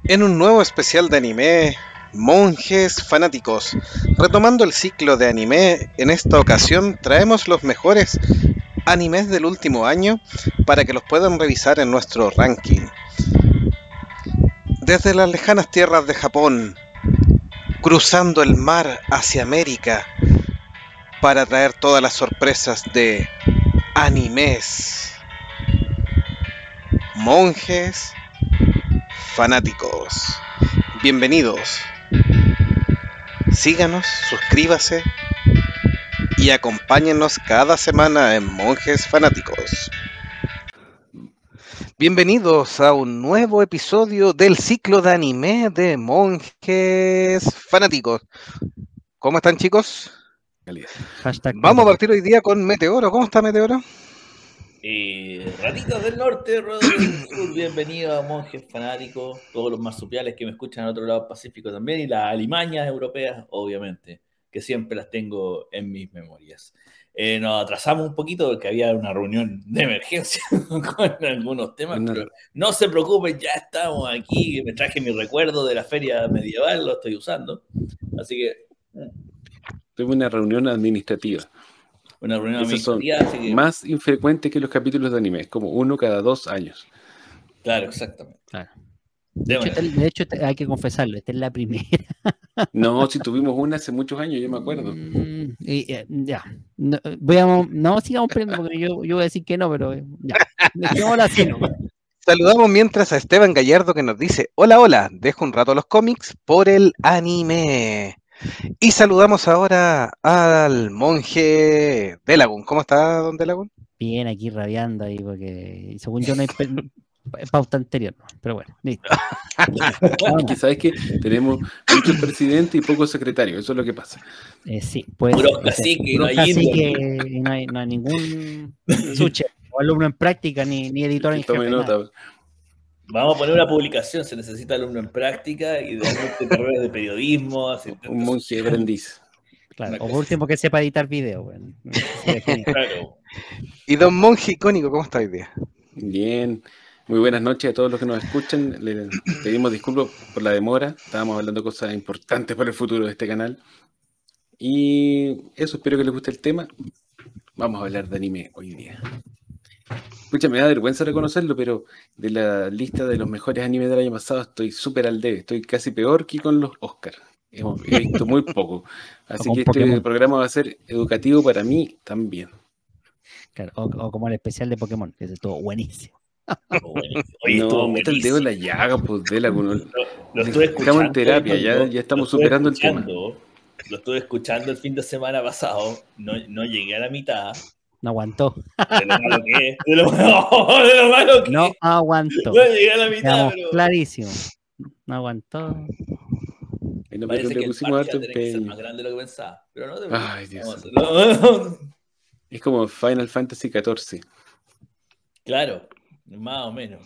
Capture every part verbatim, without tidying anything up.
En un nuevo especial de anime, Monjes Fanáticos. Retomando el ciclo de anime, en esta ocasión traemos los mejores animes del último año para que los puedan revisar en nuestro ranking. Desde las lejanas tierras de Japón, cruzando el mar hacia América, para traer todas las sorpresas de animes. Monjes Fanáticos. Bienvenidos. Síganos, suscríbase y acompáñennos cada semana en Monjes Fanáticos. Bienvenidos a un nuevo episodio del ciclo de anime de Monjes Fanáticos. ¿Cómo están, chicos? Hashtag Vamos a partir hoy día con Meteoro. ¿Cómo está Meteoro? Eh, ratitos del norte, Rodríguez del sur, bienvenido a Monjes Fanáticos, todos los marsupiales que me escuchan al otro lado del Pacífico también, y las alimañas europeas, obviamente, que siempre las tengo en mis memorias. Eh, nos atrasamos un poquito porque había una reunión de emergencia con algunos temas, no. Pero no se preocupen, ya estamos aquí, me traje mi recuerdo de la feria medieval, lo estoy usando, así que... Tuve una reunión administrativa. Una reunión Esas son administrativa, que... más infrecuentes que los capítulos de anime, es como uno cada dos años. Claro, exactamente. Claro. De, hecho, esta, de hecho, hay que confesarlo, esta es la primera. No, si tuvimos una hace muchos años, yo me acuerdo. Mm, y, eh, ya, no, voy a, no sigamos prendiendo porque yo, yo voy a decir que no, pero ya, dejémosla así, ¿no? Saludamos mientras a Esteban Gallardo que nos dice: hola, hola, dejo un rato los cómics por el anime. Y saludamos ahora al monje Delagun. ¿Cómo está, don Delagun? Bien, aquí rabiando ahí, porque según yo no hay pauta anterior, ¿no? Pero bueno, listo. Es que sabes que tenemos muchos presidentes y pocos secretarios, eso es lo que pasa. Eh, sí, pues. Puro cacique, no hay cacique, no hay, no hay ningún suche, o alumno en práctica, ni, ni editor en jefe. Nota. Vamos a poner una publicación, se necesita alumno en práctica y de carreras de periodismo. Un monje aprendiz. Claro, o por último que sepa editar video. Bueno. Claro. Y don monje icónico, ¿cómo está hoy día? Bien, muy buenas noches a todos los que nos escuchan. Le pedimos disculpas por la demora, estábamos hablando de cosas importantes para el futuro de este canal. Y eso, espero que les guste el tema. Vamos a hablar de anime hoy día. Escucha, me da vergüenza reconocerlo, pero de la lista de los mejores animes del año pasado estoy súper al debe. Estoy casi peor que con los Oscars. He visto muy poco. Así que este Pokémon. Programa va a ser educativo para mí también. Claro, o, o como el especial de Pokémon, que estuvo buenísimo. Oye, no, mete el dedo en la llaga, pues, de la... Lo, lo estuve escuchando. Estamos en terapia, ya, ya estamos superando el tema. Lo estuve escuchando el fin de semana pasado, no, no llegué a la mitad. No aguantó. De lo malo que es. De lo, no, de lo malo que no es. aguantó. No llegué a la mitad, pero... clarísimo. No aguantó. Y no, parece le que pusimos el parche que ser más grande de lo que pensaba. Pero no te Ay, Dios. No. Es como Final Fantasy catorce. Claro, más o menos.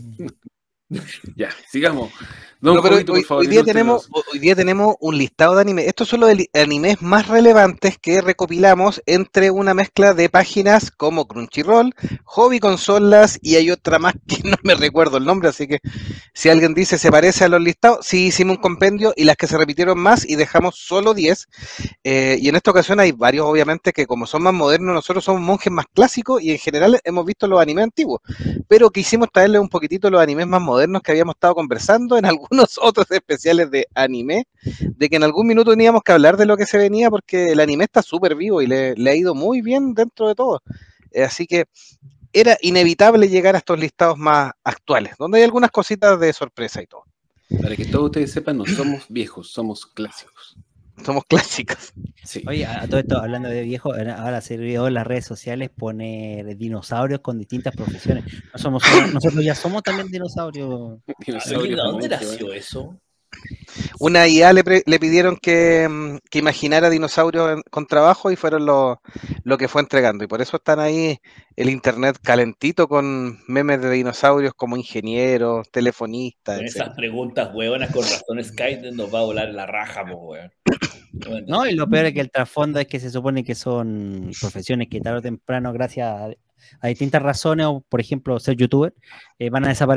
Ya, sigamos. Don no, pero Jovito, hoy, por favor, hoy, día tenemos, hoy día tenemos un listado de animes. Estos son los animes más relevantes que recopilamos entre una mezcla de páginas como Crunchyroll, Hobby Consolas y hay otra más que no me recuerdo el nombre, así que si alguien dice se parece a los listados, sí hicimos un compendio y las que se repitieron más y dejamos solo diez. Eh, y en esta ocasión hay varios, obviamente, que como son más modernos, nosotros somos monjes más clásicos y en general hemos visto los animes antiguos, pero quisimos traerles un poquitito los animes más modernos que habíamos estado conversando en algunos otros especiales de anime, de que en algún minuto teníamos que hablar de lo que se venía porque el anime está súper vivo y le, le ha ido muy bien dentro de todo. Eh, así que era inevitable llegar a estos listados más actuales, donde hay algunas cositas de sorpresa y todo. Para que todos ustedes sepan, no somos viejos, somos clásicos. Somos clásicos. Sí. Oye, a todo esto, hablando de viejo, ahora se olvidó en las redes sociales poner dinosaurios con distintas profesiones. No somos, nosotros ya somos también dinosaurios. ¿De dónde nació eso? Una I A le, le pidieron que, que imaginara dinosaurios con trabajo y fueron lo, lo que fue entregando. Y por eso están ahí el internet calentito con memes de dinosaurios como ingenieros, telefonistas. Con esas preguntas huevonas, con razón Skynet nos va a volar la raja, pues, weón. Bueno. No, y lo peor es que el trasfondo es que se supone que son profesiones que tarde o temprano, gracias a, a distintas razones, o por ejemplo ser youtuber, eh, van a desaparecer.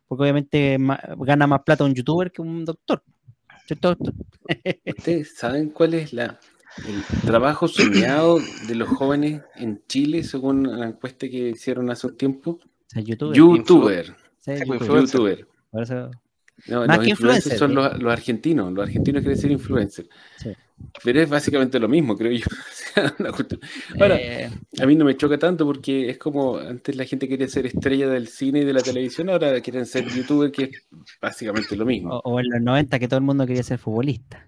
porque obviamente ma- gana más plata un youtuber que un doctor. ¿Cierto, doctor? ¿Ustedes saben cuál es la, el trabajo soñado de los jóvenes en Chile, según una encuesta que hicieron hace un tiempo? O sea, youtuber. YouTuber. Sí, Sí, youtuber. influencer. YouTuber. Por eso, No, más los que influencers influencer. son eh. los, los argentinos. Los argentinos quieren ser influencers. Sí. Pero es básicamente lo mismo, creo yo. O sea, una cuestión- Ahora, Eh, a mí no me choca tanto porque es como antes la gente quería ser estrella del cine y de la televisión, ahora quieren ser youtuber, que es básicamente lo mismo. o, o en los noventa que todo el mundo quería ser futbolista.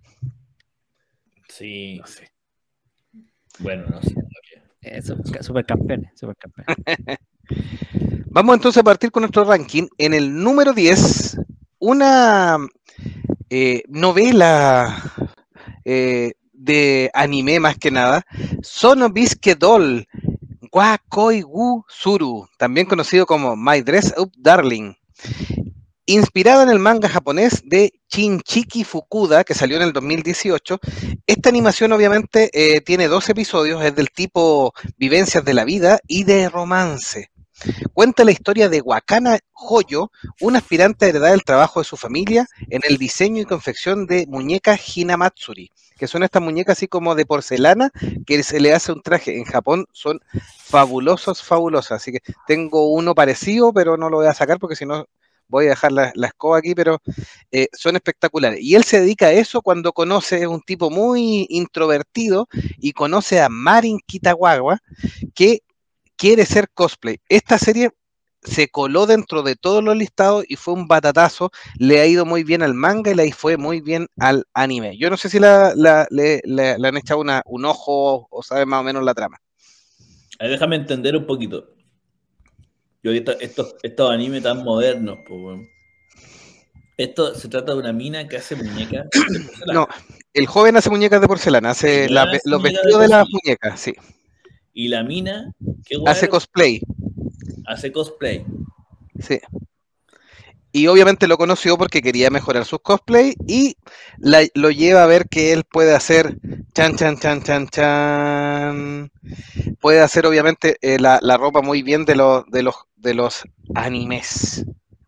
Sí. No sé. Bueno, no sé. Eh, su- super campeones, super campeones. Vamos entonces a partir con nuestro ranking. En el número diez, una eh, novela eh, de anime más que nada, Sonobusuke Doll, wa koi wu suru, también conocido como My Dress Up Darling. Inspirada en el manga japonés de Shinchiki Fukuda, que salió en el dos mil dieciocho, esta animación obviamente eh, tiene dos episodios, es del tipo vivencias de la vida y de romance. Cuenta la historia de Wakana Hoyo, un aspirante a heredar el trabajo de su familia en el diseño y confección de muñecas Hinamatsuri, que son estas muñecas así como de porcelana que se le hace un traje. En Japón son fabulosos, fabulosas. Así que tengo uno parecido, pero no lo voy a sacar porque si no voy a dejar la, la escoba aquí, pero eh, son espectaculares. Y él se dedica a eso cuando conoce, es un tipo muy introvertido y conoce a Marin Kitagawa, que quiere ser cosplay. Esta serie se coló dentro de todos los listados y fue un batatazo. Le ha ido muy bien al manga y le fue muy bien al anime. Yo no sé si la, la, le, le, le han echado una, un ojo o saben más o menos la trama. A ver, déjame entender un poquito. Yo ahorita, estos, estos animes tan modernos, pues, bueno. Esto se trata de una mina que hace muñecas de porcelana. No, el joven hace muñecas de porcelana, hace, El la, joven hace los muñecas vestidos de de las porcelana. muñecas, sí. Y la mina, qué guay, Hace cosplay, hace cosplay. sí. Y obviamente lo conoció porque quería mejorar sus cosplay y la, lo lleva a ver que él puede hacer chan, chan, chan, chan, chan. Puede hacer obviamente eh, la, la ropa muy bien de los, de los, de los animes.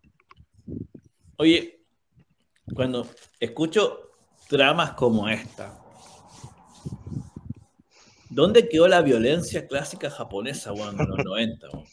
Oye, cuando escucho tramas como esta, ¿dónde quedó la violencia clásica japonesa, weón, de los noventa, weón?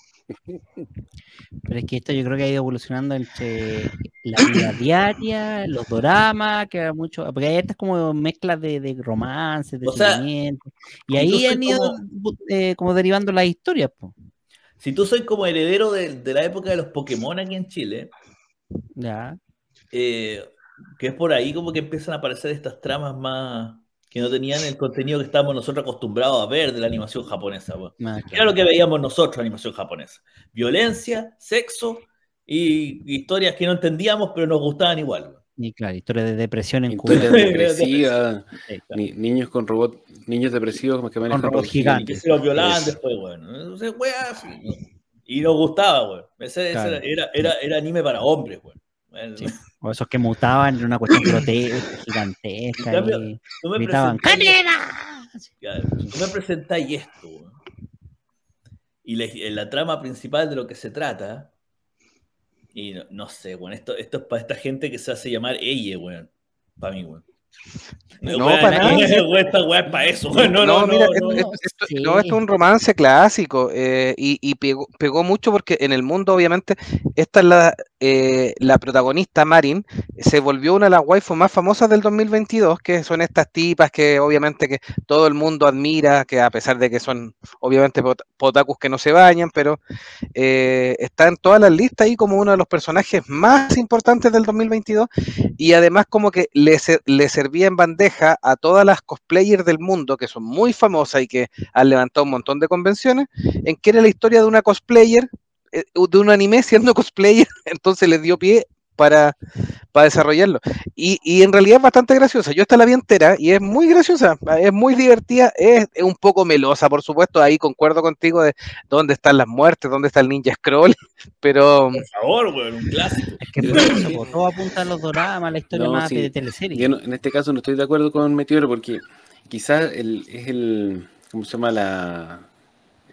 Pero es que esto yo creo que ha ido evolucionando entre la vida diaria, los doramas, que era mucho, porque hay estas como mezclas de, de romances, de O sea, sentimientos, y si tú ahí soy han ido como, eh, como derivando las historias, po. si tú soy como heredero de, de la época de los Pokémon aquí en Chile, Ya. eh, que es por ahí como que empiezan a aparecer estas tramas más que no tenían el contenido que estábamos nosotros acostumbrados a ver de la animación japonesa, weón. Ah, Era claro. lo que veíamos nosotros, animación japonesa. Violencia, sexo y historias que no entendíamos, pero nos gustaban igual, weón. Y claro, historia de depresión en Historias Cuba. depresivas, Sí, claro. ni, niños con robot, niños depresivos como que manejan Con robots robots Y gigantes. que se los violaban Eso. después, weón. Entonces, weá, así, ¿no? Y nos gustaba, weón. Ese, ese Claro. era, era, era anime para hombres, weón. Bueno, Sí. O esos que mutaban en una cuestión grotesca, gigantesca, en cambio, y tú me gritaban presentáis ¡Canela! Claro, tú me presentáis esto, weón, y la, en la trama principal de lo que se trata, y no, no sé, weón, esto, esto es para esta gente que se hace llamar ella, weón. Para mí, weón. No, Weón, para nada. weón, esta weá es para eso, weón. No, no, No, no, mira, no. esto, no. esto- esto- Sí. no, esto es un romance clásico eh, y, y pegó, pegó mucho porque en el mundo, obviamente, esta es la, eh, la protagonista, Marin, se volvió una de las waifus más famosas del dos mil veintidós, que son estas tipas que obviamente que todo el mundo admira, que a pesar de que son obviamente pot- potakus que no se bañan, pero eh, está en todas las listas ahí como uno de los personajes más importantes del dos mil veintidós y además como que le, ser- le servía en bandeja a todas las cosplayers del mundo que son muy famosas y que han levantado un montón de convenciones, en que era la historia de una cosplayer, eh, de un anime siendo cosplayer, entonces les dio pie para, para desarrollarlo. Y, y en realidad es bastante graciosa. Yo esta la vi entera y es muy graciosa, es muy divertida, es, es un poco melosa, por supuesto. Ahí concuerdo contigo de dónde están las muertes, dónde está el ninja scroll, pero Por favor, weón, un clásico. Es que por eso, po, todo apunta a los doramas, a la historia No, más sí. de teleserie. Yo no- en este caso no estoy de acuerdo con Meteoro porque quizás el, es el, ¿cómo se llama? La,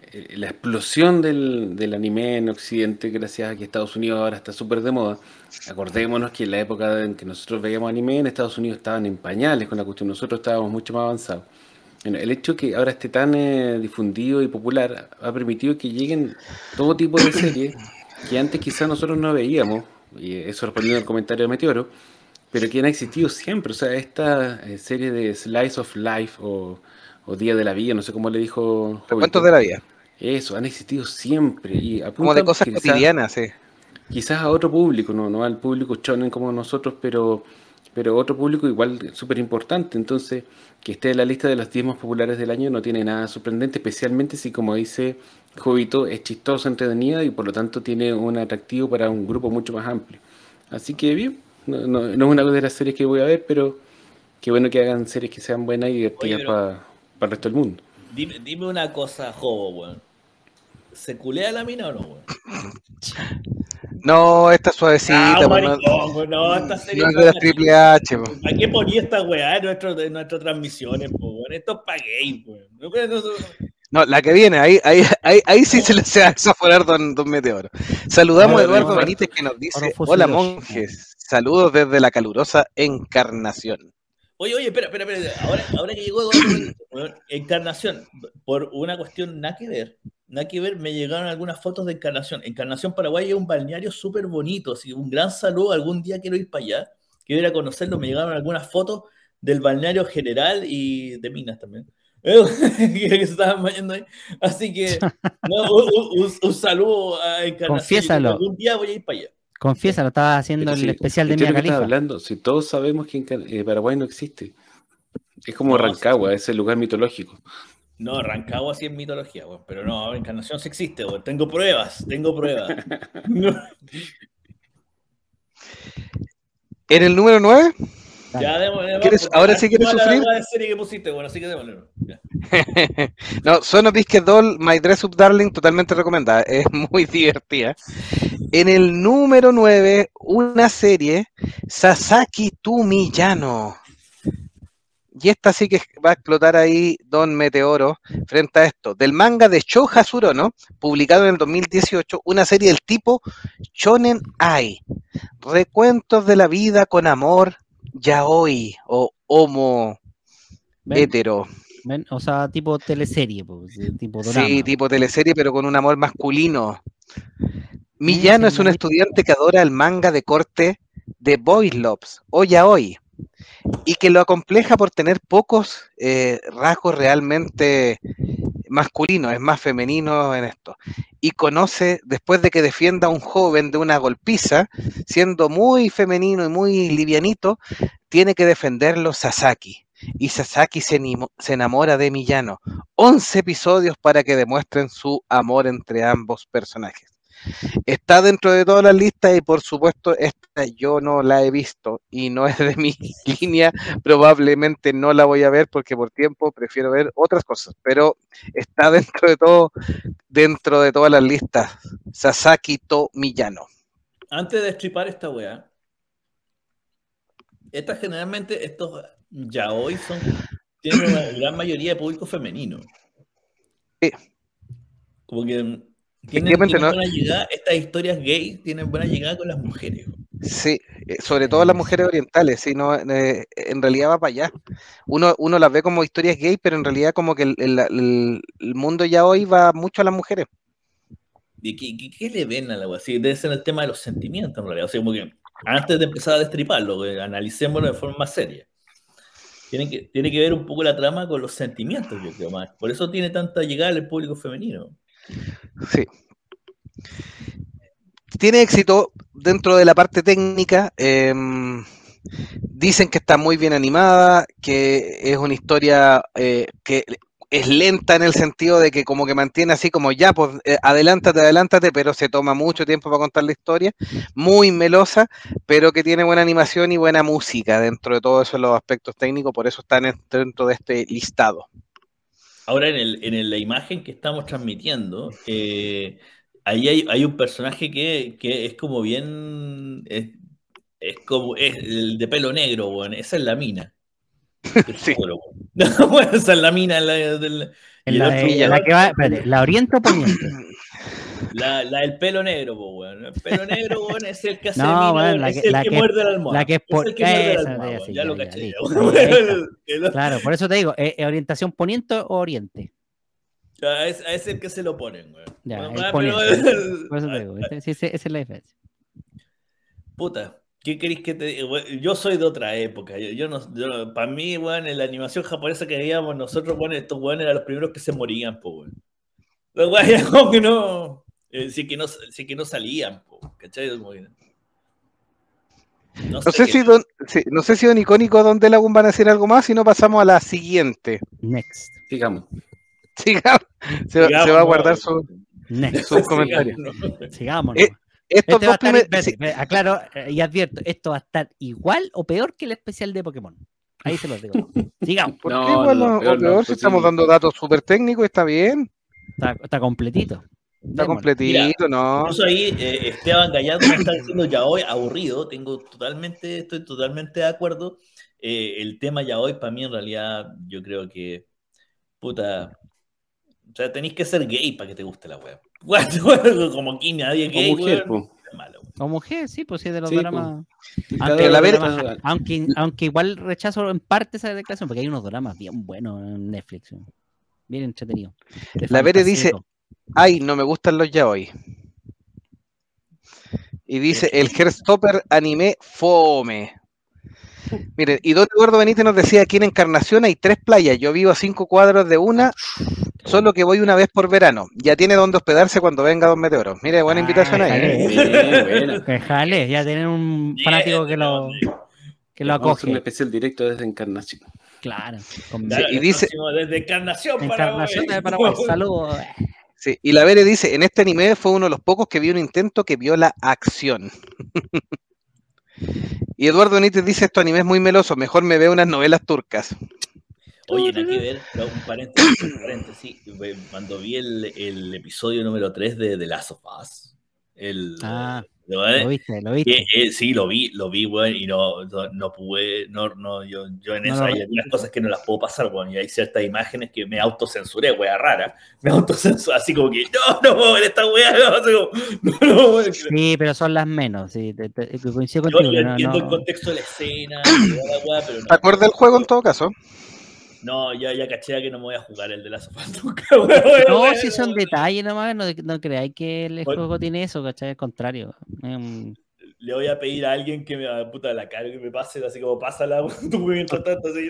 eh, la explosión del, del anime en Occidente, gracias a que Estados Unidos ahora está súper de moda. Acordémonos que en la época en que nosotros veíamos anime, en Estados Unidos estaban en pañales con la cuestión, nosotros estábamos mucho más avanzados. Bueno, el hecho que ahora esté tan eh, difundido y popular ha permitido que lleguen todo tipo de series que antes quizás nosotros no veíamos, y eso respondiendo al comentario de Meteoro, pero que han existido siempre. O sea, esta eh, serie de Slice of Life o, o Día de la Vida, no sé cómo le dijo Recuentos Jovito, de la vida, eso, han existido siempre y como de apuntan cosas quizás, cotidianas, sí. quizás a otro público, no, no al público chonen como nosotros, pero, pero otro público igual súper importante. Entonces, que esté en la lista de los diez más populares del año no tiene nada sorprendente, especialmente si, como dice Jovito, es chistoso, entretenida y por lo tanto tiene un atractivo para un grupo mucho más amplio. Así que bien, no, no, no es una de las series que voy a ver, pero qué bueno que hagan series que sean buenas y Oye, divertidas pero para el resto del mundo. dime, dime una cosa, Jobo, weón. ¿Se culea la mina o no, weón? No, esta Ah, suavecita, pues no, maricón, weón. No, esta serie no es es de para las triple H, pues. ¿para qué ponía esta weá en, nuestro, en nuestras transmisiones, po, weón? Esto es para gay, weón. No, no, no, No, la que viene, ahí, ahí, ahí, ahí sí se le se va a desaforar don, don Meteoro. Saludamos Ahora a de Eduardo infarto. Benítez que nos dice, Ahora fue hola Hiroshi. monjes, saludos desde la calurosa Encarnación. Oye, oye, espera, espera, espera. Ahora, ahora que llegó Eduardo Benítez, weón, Encarnación, por una cuestión nada que ver, nada que ver, me llegaron algunas fotos de Encarnación. Encarnación, Paraguay es un balneario súper bonito, así un gran saludo, algún día quiero ir para allá, quiero ir a conocerlo, me llegaron algunas fotos del balneario general y de Minas también. que se estaban bañando ahí. Así que, no, un, un, un saludo a Encarnación. Confiésalo. Algún día voy a ir para allá. Confiésalo, estaba haciendo Pero el si, especial de entiendo Mia que estás Khalifa. hablando, si todos sabemos que en Ca- eh, Paraguay no existe. Es como No, Rancagua, sí, ese lugar mitológico. no, Rancagua sí es mitología, weón, pero no, Encarnación sí existe, weón. Tengo pruebas, tengo pruebas. En el número nueve, Ya, démosle más, ¿quieres, porque ahora así sí quieres igual a la sufrir? weá de serie que pusiste, bueno, así que démosle. Ya. No, Son of Biscuit Doll, My Dress Up Darling, totalmente recomendada, es muy divertida. En el número nueve, una serie, Sasaki to Miyano. Y esta sí que va a explotar ahí Don Meteoro frente a esto. Del manga de Sho Hasurono, publicado en el dos mil dieciocho, una serie del tipo Shonen Ai. Recuentos de la vida con amor yaoi o homo ¿Ven? hetero. ¿Ven? O sea, tipo teleserie, pues, tipo drama. Sí, tipo teleserie, pero con un amor masculino. Mira, si Miyano no es la un vi. estudiante que adora el manga de corte de Boys Loves o yaoi y que lo acompleja por tener pocos eh, rasgos realmente masculinos, es más femenino en esto. Y conoce, después de que defienda a un joven de una golpiza, siendo muy femenino y muy livianito, tiene que defenderlo Sasaki. Y Sasaki se, se enamora de Miyano. once episodios para que demuestren su amor entre ambos personajes. Está dentro de todas las listas y por supuesto esta yo no la he visto y no es de mi línea, probablemente no la voy a ver porque por tiempo prefiero ver otras cosas, pero está dentro de todo, dentro de todas las listas, Sasaki to Miyano. Antes de estripar esta weá, estas generalmente, estos yaoi son, tienen una gran mayoría de público femenino. Sí, Como que tienen, efectivamente tienen no, buena llegada, estas historias gay tienen buena llegada con las mujeres. sí, eh, sobre todo las Eh, mujeres sí. orientales, sí, no, eh, en realidad va para allá. Uno, uno las ve como historias gay, pero en realidad como que el, el, el, el mundo ya hoy va mucho a las mujeres. ¿Y qué, qué, qué le ven a la wea? Sí, debe ser el tema de los sentimientos, en realidad. O sea, como que antes de empezar a destriparlo, que analicémoslo de forma más seria. Tiene que, tiene que ver un poco la trama con los sentimientos, yo creo más. Por eso tiene tanta llegada al público femenino. Sí. Tiene éxito dentro de la parte técnica. Eh, dicen que está muy bien animada, que es una historia eh, que es lenta en el sentido de que como que mantiene así como ya, pues eh, adelántate, adelántate, pero se toma mucho tiempo para contar la historia, muy melosa, pero que tiene buena animación y buena música dentro de todos esos los aspectos técnicos, por eso están dentro de este listado. Ahora, en, el, en la imagen que estamos transmitiendo, eh, ahí hay, hay, un personaje que, que es como bien... Es, es como es el de pelo negro, bueno, esa es la mina. Sí. Bueno, esa es la mina la, del, en la, de, la que va, espérate, ¿la oriente o poniente? La, la del pelo negro, po, weón. El pelo negro, weón, es el que hace no, mina, bueno, weón, la es que, el la que, que muerde la almohada. La que es por es el que muerde la esa, almohada, sí, ya, ya, lo ya, caché. listo. Ya, Ahí está. Claro, por eso te digo, ¿es orientación poniente o oriente? Ya, es, es el que se lo ponen, weón. Ya, Bueno, el pero, poniente. Por eso te digo, ¿viste? Sí, esa es la diferencia. Puta, ¿qué queréis que te diga? Yo soy de otra época. Yo, yo no, yo, para mí, weón, en la animación japonesa que veíamos nosotros, weón, estos weón eran los primeros que se morían, po, weón. Los weón, como que no. Eh, sí, que no sí que no salían, po, ¿cachai? No, no, sé sé si don, sí, no sé si Don Icónico o Don Delagun van a decir algo más, si no pasamos a la siguiente. Next. Sigamos. Sigamos. Se, sigamos, se va a no, guardar su, sus comentarios. Sigamos. sigamos eh, estos este dos primeros. Sí. Aclaro y advierto, esto va a estar igual o peor que el especial de Pokémon. Ahí se los digo. Sigamos. ¿Por no, qué igual no, no, peor, o peor no, si estamos dando datos súper técnicos y está bien? Está, está completito. Está completito, Mira, ¿no? Incluso ahí eh, Esteban Gallardo me está diciendo ya hoy aburrido, tengo totalmente, estoy totalmente de acuerdo. Eh, el tema ya hoy para mí en realidad yo creo que puta, o sea, tenéis que ser gay para que te guste la web. Como aquí nadie es gay, o mujer, weón. Es malo. O mujer, sí, pues sí, de los sí, dramas. Pues. Aunque, la ver... dramas aunque, aunque igual rechazo en parte esa declaración, porque hay unos dramas bien buenos en Netflix, bien entretenidos. La Vere dice, ay, no me gustan los yaoi. Y dice, el Heartstopper anime fome. Miren, y Don Eduardo Benítez nos decía, aquí en Encarnación hay tres playas, yo vivo a cinco cuadros de una, solo que voy una vez por verano. Ya tiene donde hospedarse cuando venga Don Meteoro. Mire, buena ah, invitación ahí. Jale, ¿eh? Bueno. Que jale, ya tienen un fanático que lo, que lo acoge. Vamos a hacer un especial directo desde Encarnación. Claro. Con... Claro y dice, desde Encarnación, Encarnación de Paraguay. Saludos. Sí, y la Vere dice, en este anime fue uno de los pocos que vio un intento que vio la acción. Y Eduardo Benítez dice, estos animes muy melosos, mejor me veo unas novelas turcas. Oye, hay que ver, un paréntesis, un paréntesis, cuando vi el, el episodio número tres de The Last of Us, el... Ah. ¿no? Lo viste, lo viste. Eh, eh, sí, lo vi, lo vi, weón, y no, no, no pude, no, no, yo, yo en No eso lo- hay algunas cosas que no las puedo pasar, weón, y hay ciertas imágenes que me autocensuré, weá, rara, me autocensuré, así como que, no, no puedo ver esta weá, no, así como, no, no, weón. Sí, pero son las menos, sí, te, te, te coincido Yo, contigo. yo que no, entiendo no- el contexto de la escena, y toda la weá, pero no. ¿Te acuerdas del juego en todo caso? No, ya, ya caché que no me voy a jugar el de la sofá nunca, weón. No, weón, si son weón. detalles nomás, no, no creáis que el Bueno. juego tiene eso, ¿cachai? Al contrario. Um, Le voy a pedir a alguien que me puta la cara que me pase, así como pásala, tú mientras tanto, así.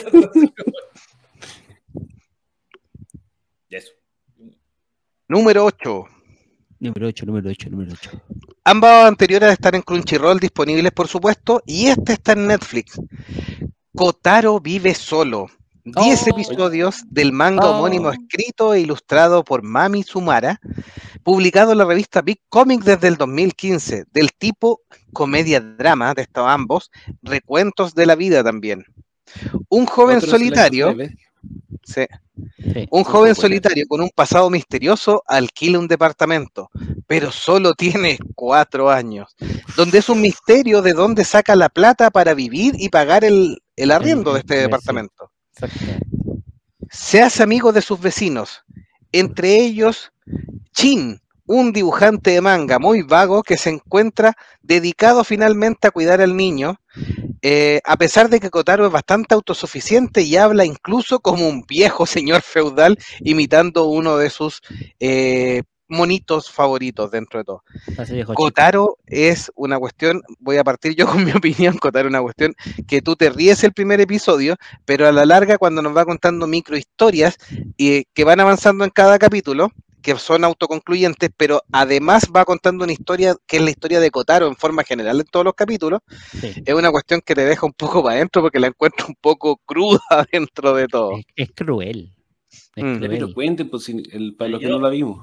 Eso. Número ocho. número ocho, número ocho, número ocho. Ambas anteriores están en Crunchyroll disponibles, por supuesto, y este está en Netflix. Kotaro vive solo. diez Oh. episodios del manga Oh. homónimo escrito e ilustrado por Mami Sumara, publicado en la revista Big Comic desde el dos mil quince, del tipo comedia-drama de estos ambos, recuentos de la vida también. Un joven Otro solitario, slice of life, sí, Sí. un joven popular. solitario con un pasado misterioso alquila un departamento, pero solo tiene cuatro años, donde es un misterio de dónde saca la plata para vivir y pagar el, el arriendo El- de este el- departamento. Exacto. Se hace amigo de sus vecinos, entre ellos Chin, un dibujante de manga muy vago que se encuentra dedicado finalmente a cuidar al niño, eh, a pesar de que Kotaro es bastante autosuficiente y habla incluso como un viejo señor feudal, imitando uno de sus eh, monitos favoritos dentro de todo. Así viejo chico. Kotaro es una cuestión, voy a partir yo con mi opinión, Kotaro es una cuestión que tú te ríes el primer episodio, pero a la larga cuando nos va contando microhistorias eh, que van avanzando en cada capítulo, que son autoconcluyentes, pero además va contando una historia que es la historia de Kotaro en forma general en todos los capítulos, Sí. es una cuestión que te deja un poco para adentro porque la encuentro un poco cruda dentro de todo. Es, es cruel. Es Mm. Ya, pero cruel. cuenten, pues, si el, para los que Yo- no la vimos.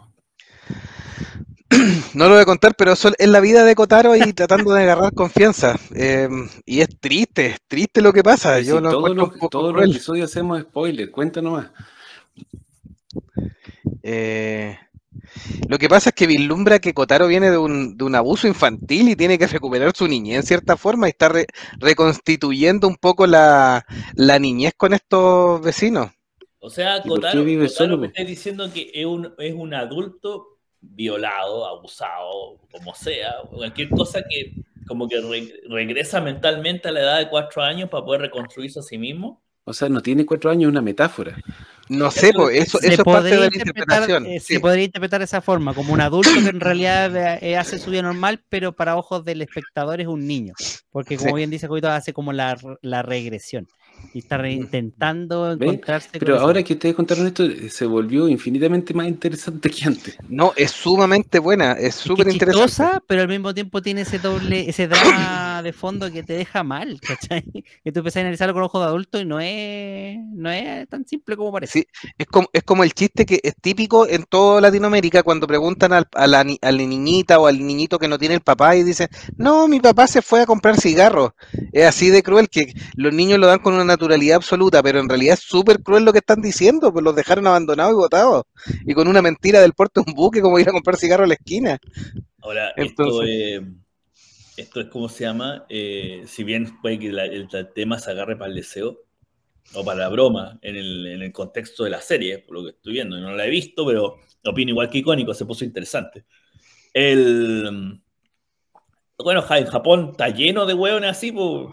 No lo voy a contar, pero eso es la vida de Kotaro y tratando de agarrar confianza. Eh, y es triste, es triste lo que pasa. Pero Yo si lo todos encuentro los, un poco todos los cruel. episodios hacemos spoiler, cuenta nomás. Eh, Lo que pasa es que vislumbra que Kotaro viene de un, de un abuso infantil y tiene que recuperar su niñez en cierta forma y está re, reconstituyendo un poco la, la niñez con estos vecinos. O sea, ¿Y por qué Kotaro, vive Kotaro solo, me po? está diciendo que es un, es un adulto violado, abusado, como sea, cualquier cosa que como que re- regresa mentalmente a la edad de cuatro años para poder reconstruirse a sí mismo. O sea, no tiene cuatro años, es una metáfora. No Eso sé, es lo pues que eso, dice. Se eso es parte de podría la interpretar, interpretación. eh, Sí. se podría interpretar de esa forma, como un adulto que en realidad eh, hace su vida normal, pero para ojos del espectador es un niño. Porque como Sí. bien dice Coito, hace como la, la regresión. Y está re- intentando ¿Ven? encontrarse con Pero ese ahora niño. que ustedes contaron esto, eh, se volvió infinitamente más interesante que antes. No, es sumamente buena, es Es que súper es interesante. chistosa, pero al mismo tiempo tiene ese doble, ese drama de fondo que te deja mal, ¿cachai? Que tú empiezas a analizarlo con ojos de adulto y no es, no es tan simple como parece. Sí, es como, es como el chiste que es típico en toda Latinoamérica cuando preguntan al- a, la, ni- a la niñita o al niñito que no tiene el papá y dice, no, mi papá se fue a comprar cigarros. Es así de cruel que los niños lo dan con una naturalidad absoluta, pero en realidad es súper cruel lo que están diciendo, pues los dejaron abandonados y botados. Y con una mentira del puerto de un buque como ir a comprar cigarros a la esquina. Ahora, esto Entonces, es, esto es como se llama, eh, si bien puede que la- el, el tema se agarre para el deseo o para la broma en el, en el contexto de la serie, por lo que estoy viendo, no la he visto, pero opino igual que Icónico, se puso interesante. El, bueno, ja- en Japón está lleno de hueones así, pues.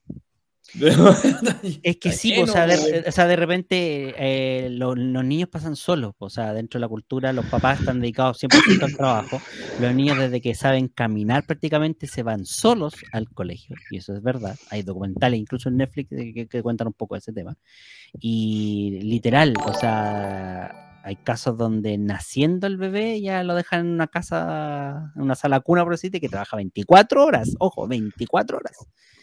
Es que Está sí, po, o lleno, sea, de, pues. o sea, de repente eh, lo- los niños pasan solos, po, o sea, dentro de la cultura los papás están dedicados cien por ciento al trabajo, los niños desde que saben caminar prácticamente se van solos al colegio, y eso es verdad, hay documentales incluso en Netflix que, que- que cuentan un poco de ese tema, y literal, o sea, hay casos donde naciendo el bebé ya lo dejan en una casa, en una sala cuna, por decirte, que trabaja veinticuatro horas, ojo, veinticuatro horas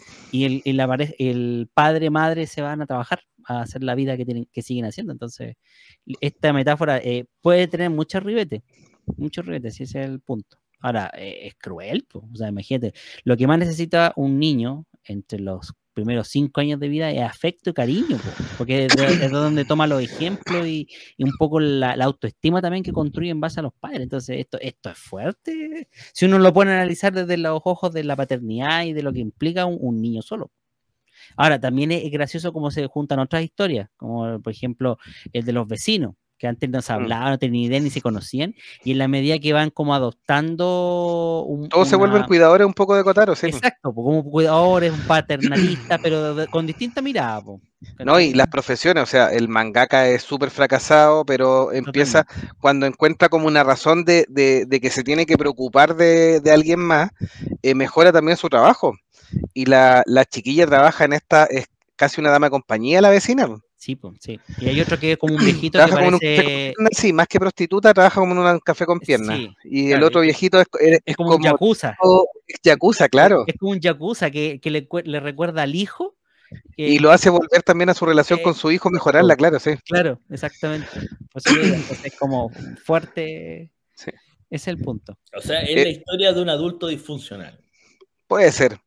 y el, y la pareja, el padre, madre se van a trabajar, a hacer la vida que, tienen, que siguen haciendo. Entonces, esta metáfora eh, puede tener muchos ribetes, muchos ribetes, si ese es el punto. Ahora, eh, es cruel, po. O sea, imagínate, lo que más necesita un niño entre los primeros cinco años de vida es afecto y cariño, po, porque es de, es de donde toma los ejemplos y, y un poco la, la autoestima también que construye en base a los padres. Entonces, esto, esto es fuerte. Si uno lo pone a analizar desde los ojos de la paternidad y de lo que implica un, un niño solo. Ahora, también es, es gracioso cómo se juntan otras historias, como por ejemplo el de los vecinos, que antes no se mm, hablaban, no tenían ni idea ni se conocían, y en la medida que van como adoptando un- todos se vuelven una... cuidadores un poco de Kotaro, sí. Exacto, po, como cuidadores, un paternalista, pero de- con distinta mirada, po, No, y ¿cachai? las profesiones, o sea, el mangaka es súper fracasado, pero empieza Totalmente. cuando encuentra como una razón de, de- de que se tiene que preocupar de, de alguien más, eh, mejora también su trabajo. Y la, la chiquilla trabaja en esta, es casi una dama de compañía, la vecina. Po. Sí, po, sí. Y hay otro que es como un viejito que Trabaja como en un café con parece... piernas, sí, más que prostituta, trabaja como en un café con piernas. Sí, Y el claro, otro viejito es, es- es es como un como yakuza. tipo yakuza, Es, claro. es como un yakuza que, que le, cue- le recuerda al hijo Y que, lo que hace volver también a su relación eh, con su hijo, mejorarla, exacto, claro, sí. claro, exactamente. Por eso te digo, entonces es como fuerte, ese Sí. es el punto. O sea, es Eh, la historia de un adulto disfuncional. puede ser.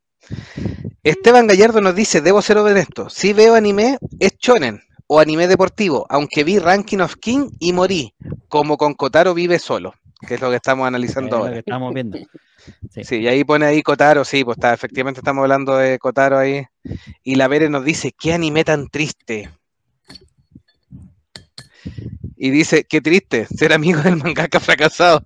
Esteban Gallardo nos dice, debo ser honesto, si veo anime es shonen o anime deportivo, aunque vi Ranking of King y morí, como con Kotaro vive solo, que es lo que estamos analizando Es lo que ahora. estamos viendo. Sí. Sí, y ahí pone ahí Kotaro, sí, pues está, efectivamente estamos hablando de Kotaro ahí. Y la Vere nos dice, qué anime tan triste. Y dice, qué triste, ser amigo del mangaka fracasado.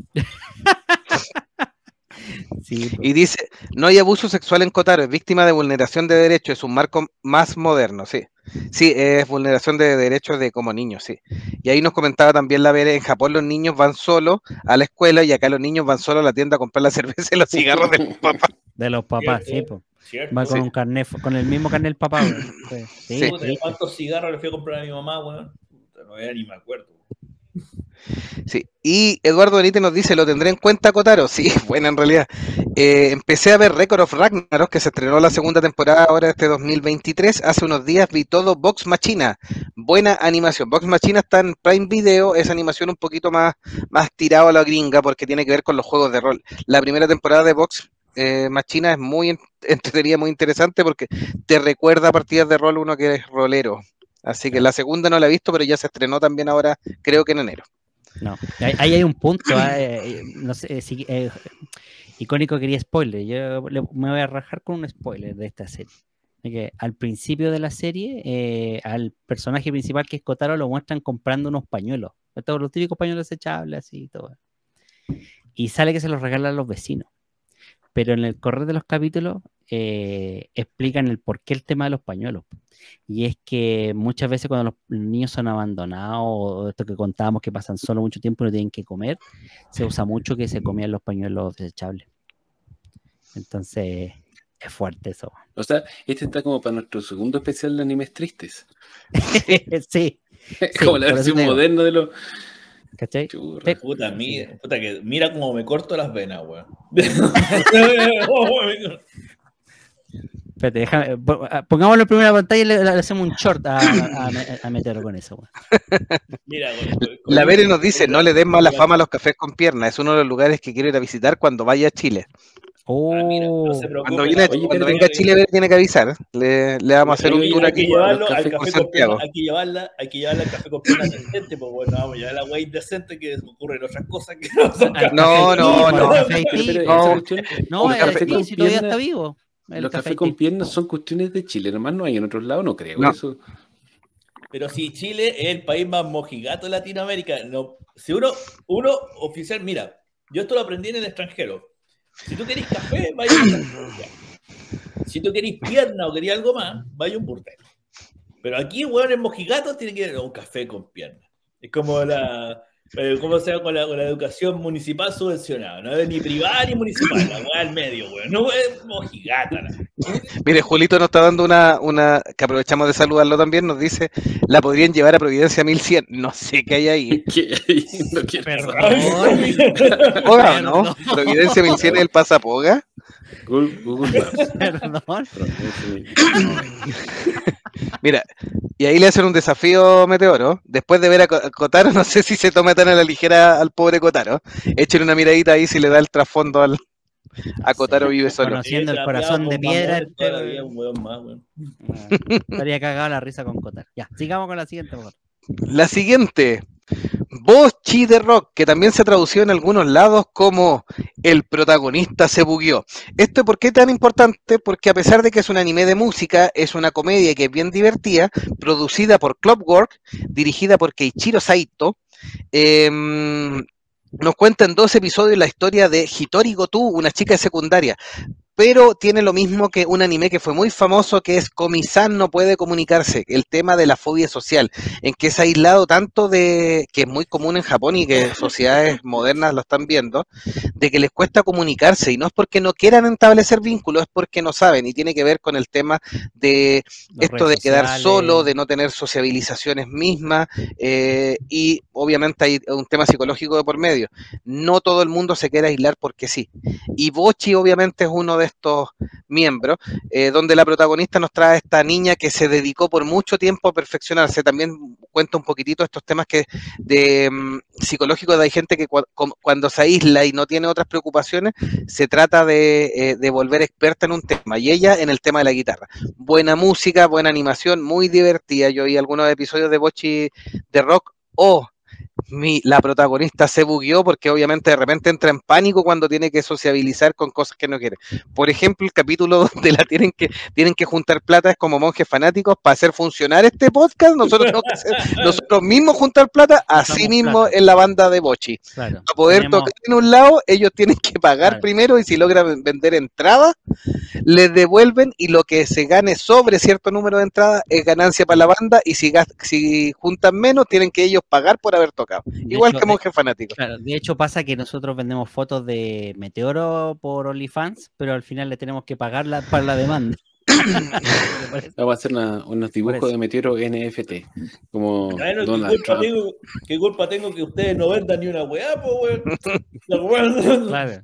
Sí, po. Y dice, no hay abuso sexual en Kotaro, es víctima de vulneración de derechos, es un marco más moderno, sí. Sí, es vulneración de derechos de como niños, sí. Y ahí nos comentaba también la Vere, en Japón los niños van solos a la escuela y acá los niños van solos a la tienda a comprar la cerveza y los cigarros de los papás. De los papás, sí, ¿Cierto? po. Va ¿Cierto? con Sí, un carnet, con el mismo carnet el papá, weón. Sí, sí, sí. es Puta, triste. ¿cuántos cigarros le fui a comprar a mi mamá, weón? Puta, no era ni me acuerdo. Sí, y Eduardo Benítez nos dice, ¿lo tendré en cuenta, Kotaro? Sí, bueno, en realidad. Eh, empecé a ver Record of Ragnarok, que se estrenó la segunda temporada ahora este dos mil veintitrés. Hace unos días vi todo Vox Machina. Buena animación. Vox Machina está en Prime Video, es animación un poquito más, más tirado a la gringa porque tiene que ver con los juegos de rol. La primera temporada de Vox eh, Machina es muy entretenida, muy interesante porque te recuerda a partidas de rol uno que es rolero. Así que Claro. la segunda no la he visto, pero ya se estrenó también ahora, creo que en enero. No, ahí hay un punto, eh, no sé, si, eh, icónico quería spoiler, yo le, me voy a rajar con un spoiler de esta serie. De que al principio de la serie, eh, al personaje principal que es Kotaro lo muestran comprando unos pañuelos, todos los típicos pañuelos desechables así y todo. Y sale que se los regalan a los vecinos. Pero en el correr de los capítulos eh, explican el por qué el tema de los pañuelos. Y es que muchas veces cuando los niños son abandonados, o esto que contábamos que pasan solo mucho tiempo y no tienen que comer, se usa mucho que se comían los pañuelos desechables. Entonces, es fuerte eso. O sea, este está como para nuestro segundo especial de animes tristes. Sí. Es como sí, la versión moderna de los... ¿Cachai? Churra. Puta, mira, puta que mira cómo me corto las venas, weón. Espérate, déjame, pongámoslo en primera pantalla y le, le hacemos un short a, a, a Meteoro con eso, weón. Mira, weón, weón, la Bere nos dice, no le den mala fama a los cafés con piernas, es uno de los lugares que quiero ir a visitar cuando vaya a Chile. Oh. Ah, mira, no se cuando viene, Oye, cuando venga a Chile, Bere tiene que avisar. Le, le vamos a hacer un tour aquí. Hay que, café con piernas, hay que llevarla, hay que llevarla al café con piernas decente, pues bueno, vamos a llevar la wey decente que ocurren otras cosas que no son café. No, no, no. No, el café si todavía está vivo. El los cafés con piernas son cuestiones de Chile, nomás no hay en otros lados, no creo no. eso. Pero si Chile es el país más mojigato de Latinoamérica, no, si uno, uno oficial, mira, yo esto lo aprendí en el extranjero. Si tú querés café, vaya a un café. Si tú querés pierna o querés algo más, vaya a un burtel. Pero aquí, weón, en mojigato tiene que ir a un café con pierna. Es como la... ¿Cómo se llama con la, con la educación municipal subvencionada? No es ni privada ni municipal, la weá al medio, weón. No es mojigata. ¿No? Mire, Julito nos está dando una, una, que aprovechamos de saludarlo también, nos dice, la podrían llevar a Providencia mil cien. No sé qué hay ahí. ¿Qué hay? No quiero Perdón. ¿Poga o no? ¿Providencia mil cien es el pasapoga? Google, Google Maps. Perdón. Mira, y ahí le hacen un desafío Meteoro. Después de ver a Kotaro, no sé si se toma tan a la ligera al pobre Kotaro. Echen una miradita ahí si le da el trasfondo al, a Kotaro sí, vive solo. Conociendo el corazón de piedra. Este, estaría cagado la risa con Kotaro. Ya, sigamos con la siguiente, por favor. La siguiente. Bocchi de Rock, que también se tradució en algunos lados como el protagonista se bugueó. ¿Esto por qué es tan importante? Porque a pesar de que es un anime de música, es una comedia que es bien divertida, producida por Clockwork, dirigida por Keiichiro Saito. Eh, nos cuenta en dos episodios la historia de Hitori Gotu, una chica de secundaria. Pero tiene lo mismo que un anime que fue muy famoso, que es Komi-san no puede comunicarse, el tema de la fobia social, en que es aislado tanto de, que es muy común en Japón y que sociedades modernas lo están viendo, de que les cuesta comunicarse, y no es porque no quieran establecer vínculos, es porque no saben, y tiene que ver con el tema de Los esto de quedar sociales. Solo, de no tener sociabilizaciones mismas, eh, y obviamente hay un tema psicológico de por medio. No todo el mundo se quiere aislar porque sí. Y Bocchi obviamente es uno de estos miembros, eh, donde la protagonista nos trae a esta niña que se dedicó por mucho tiempo a perfeccionarse. También cuenta un poquitito estos temas que de um, psicológicos, de hay gente que cu cuando se aísla y no tiene otras preocupaciones, se trata de, eh, de volver experta en un tema, y ella en el tema de la guitarra. Buena música, buena animación, muy divertida. Yo vi algunos episodios de Bocchi de Rock. Oh, Mi, la protagonista se bugueó porque obviamente de repente entra en pánico cuando tiene que sociabilizar con cosas que no quiere. Por ejemplo, el capítulo donde la tienen que tienen que juntar plata es como monjes fanáticos para hacer funcionar este podcast. Nosotros tenemos que hacer nosotros mismos juntar plata, así mismo plata. En la banda de Bocchi. Claro, para poder tenemos... tocar en un lado, ellos tienen que pagar claro. primero, y si logran vender entradas, les devuelven, y lo que se gane sobre cierto número de entradas es ganancia para la banda, y si, si juntan menos, tienen que ellos pagar por haber tocado. De Igual hecho, que monjes fanáticos. Claro, de hecho pasa que nosotros vendemos fotos de Meteoro por OnlyFans, pero al final le tenemos que pagar la, para la demanda. Vamos a hacer una, unos dibujos de Meteoro N F T. Como claro, ¿qué, culpa tengo, ¿Qué culpa tengo que ustedes no vendan ni una weá, po, weón? Claro.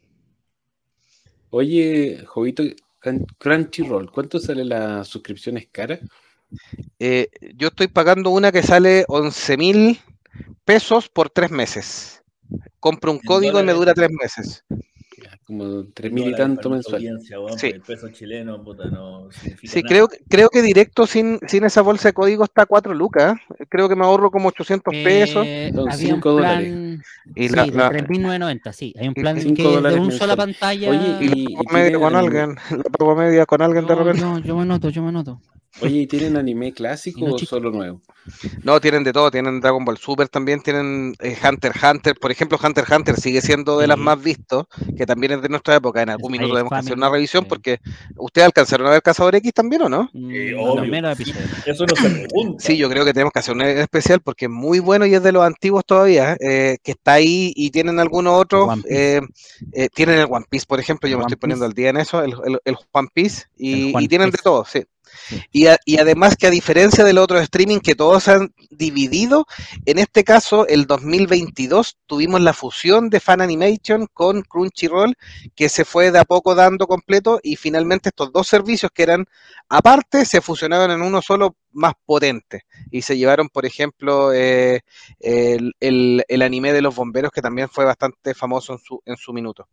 Oye, Jovito, Crunchyroll, ¿cuánto sale la suscripción? ¿Es cara? Eh, yo estoy pagando una que sale once mil pesos por tres meses. Compro un código y me dura tres meses. como tres mil y tanto mensual. Bueno, sí. El peso chileno, puta, no significa sí, nada. creo, creo que directo sin, sin esa bolsa de código está a cuatro lucas. Creo que me ahorro como ochocientos pesos. Eh, Son había un cinco plan, dólares. Y sí, la, de la, tres mil novecientos noventa, sí. Hay un plan cinco que es de dólares una mensual. sola pantalla. Oye, y la y, pago y media tienen con anime. alguien. La pago media con alguien de Yo, repente. yo, yo me noto, yo me noto. Oye, ¿y tienen anime clásico Y no o chiste. solo nuevo? No, tienen de todo, tienen Dragon Ball Super también, tienen eh, Hunter x Hunter, por ejemplo, Hunter x Hunter sigue siendo de Sí. las más vistos, que también es de nuestra época, en algún Spy minuto X tenemos que hacer Family, una revisión sí. porque ¿ustedes alcanzaron a ver Cazador X también o no? Eh, Mm, obvio. los primeros episodios. Eso no se pregunta. Sí, yo creo que tenemos que hacer un especial porque es muy bueno y es de los antiguos todavía, eh, que está ahí y tienen algunos otros, One Piece. eh, eh, tienen el One Piece, por ejemplo, yo El me One estoy poniendo Piece. al día en eso, el, el, el One Piece, y, El One y tienen Piece. de todo, sí. Sí. Y, a, y además que a diferencia del otro streaming que todos han dividido, en este caso el dos mil veintidós tuvimos la fusión de Fan Animation con Crunchyroll, que se fue de a poco dando completo y finalmente estos dos servicios que eran aparte se fusionaron en uno solo más potente y se llevaron, por ejemplo, eh, el, el, el anime de los bomberos, que también fue bastante famoso en su, en su minuto.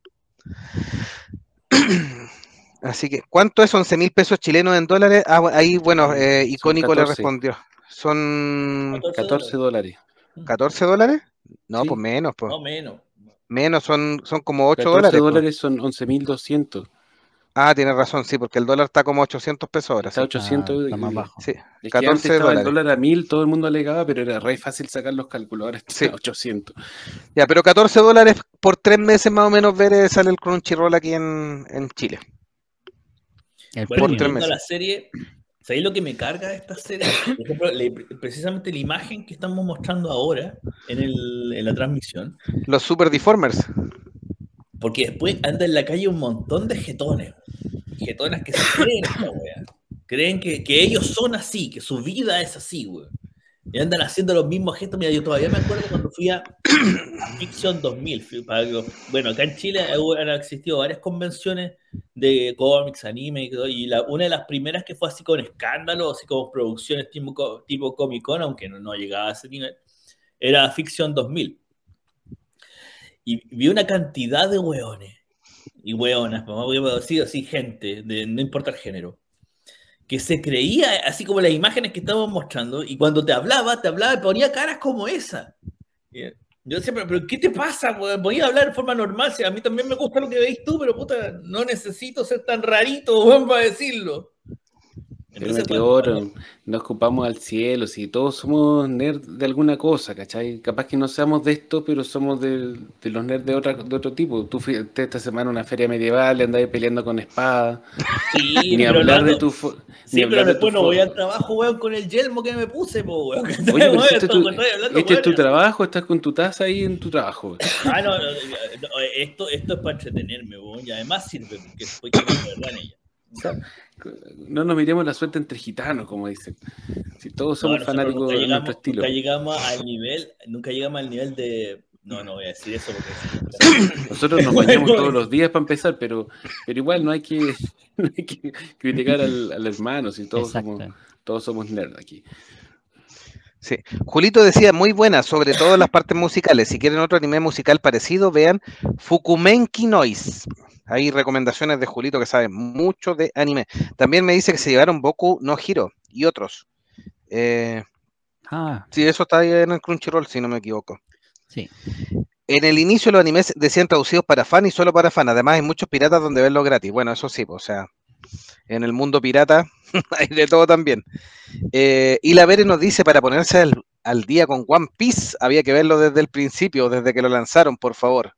Así que, ¿cuánto es? once mil pesos chilenos en dólares. Ah, ahí, bueno, eh, Icónico le respondió. Son catorce dólares. ¿catorce dólares? No, Sí. pues menos, pues. No, menos. Menos, son, son como ocho catorce dólares. dólares pues. son once mil doscientos. Ah, tienes razón, sí, porque el dólar está como ochocientos pesos ahora. Está sí. ochocientos. Ah, está más bajo. Sí, Es que catorce antes estaba dólares. el dólar a mil, todo el mundo alegaba, pero era re fácil sacar los calculadores. Sí. ochocientos. Ya, pero catorce dólares por tres meses más o menos ver eh, sale el Crunchyroll aquí en, en Chile. El Bueno, por tres volviendo a meses. la serie, ¿sabéis lo que me carga de esta serie? Por ejemplo, le- precisamente la imagen que estamos mostrando ahora en, el, en la transmisión. Los Super Deformers. Porque después anda en la calle un montón de jetones. Jetonas que se creen esta wea. Creen que, que ellos son así, que su vida es así, weón. Y andan haciendo los mismos gestos. Mira, yo todavía me acuerdo cuando fui a, a Fiction dos mil. Fui para que- bueno, acá en Chile han existido varias convenciones de cómics, anime y todo. Y la, una de las primeras que fue así con escándalo, así como producciones tipo, tipo Comic Con, aunque no, no llegaba a ese nivel, era Fiction dos mil. Y vi una cantidad de weones y weonas, voy a decir así, gente, de, no importa el género, que se creía, así como las imágenes que estábamos mostrando, y cuando te hablaba, te hablaba y ponía caras como esa. Y yo siempre, pero ¿qué te pasa, weón? Voy a hablar de forma normal, si a mí también me gusta lo que veis tú, pero puta, no necesito ser tan rarito, weón, para decirlo. Pero meteoro, nos ocupamos al cielo, si todos somos nerds de alguna cosa, ¿cachai? Capaz que no seamos de esto, pero somos de, de los nerds de, otra, de otro tipo. Tú fuiste esta semana a una feria medieval, andabas peleando con espadas. Sí, ni pero hablar no, de tu fo- sí, ni pero hablar de después tu no voy fo- al trabajo, weón, con el yelmo que me puse, po, weón. Oye, pero si este, es tu, hablando, este es tu weón, trabajo, estás con tu taza ahí en tu trabajo. Ah, no, no, no, esto, esto es para entretenerme, weón, y además sirve porque después quiero de verdad en ella. O sea, no nos miremos la suerte entre gitanos, como dicen. Si todos somos no, fanáticos nunca de llegamos, nuestro estilo. Nunca llegamos al nivel, nunca llegamos al nivel de. No, no voy a decir eso porque. O sea, nosotros nos bañamos todos los días para empezar, pero, pero igual no hay que, no hay que criticar al, al hermano, si todos somos, todos somos nerds aquí. Sí. Julito decía, muy buena, sobre todo las partes musicales. Si quieren otro anime musical parecido, vean Fukumenki Noise. Hay recomendaciones de Julito que sabe mucho de anime. También me dice que se llevaron Boku no Hero y otros. Eh, ah. Sí, eso está ahí en el Crunchyroll, si no me equivoco. Sí. En el inicio los animes decían traducidos para fan y solo para fan. Además hay muchos piratas donde verlos gratis. Bueno, eso sí, o sea, en el mundo pirata hay de todo también. Eh, y la Vere nos dice, para ponerse al, al día con One Piece, había que verlo desde el principio, desde que lo lanzaron, por favor.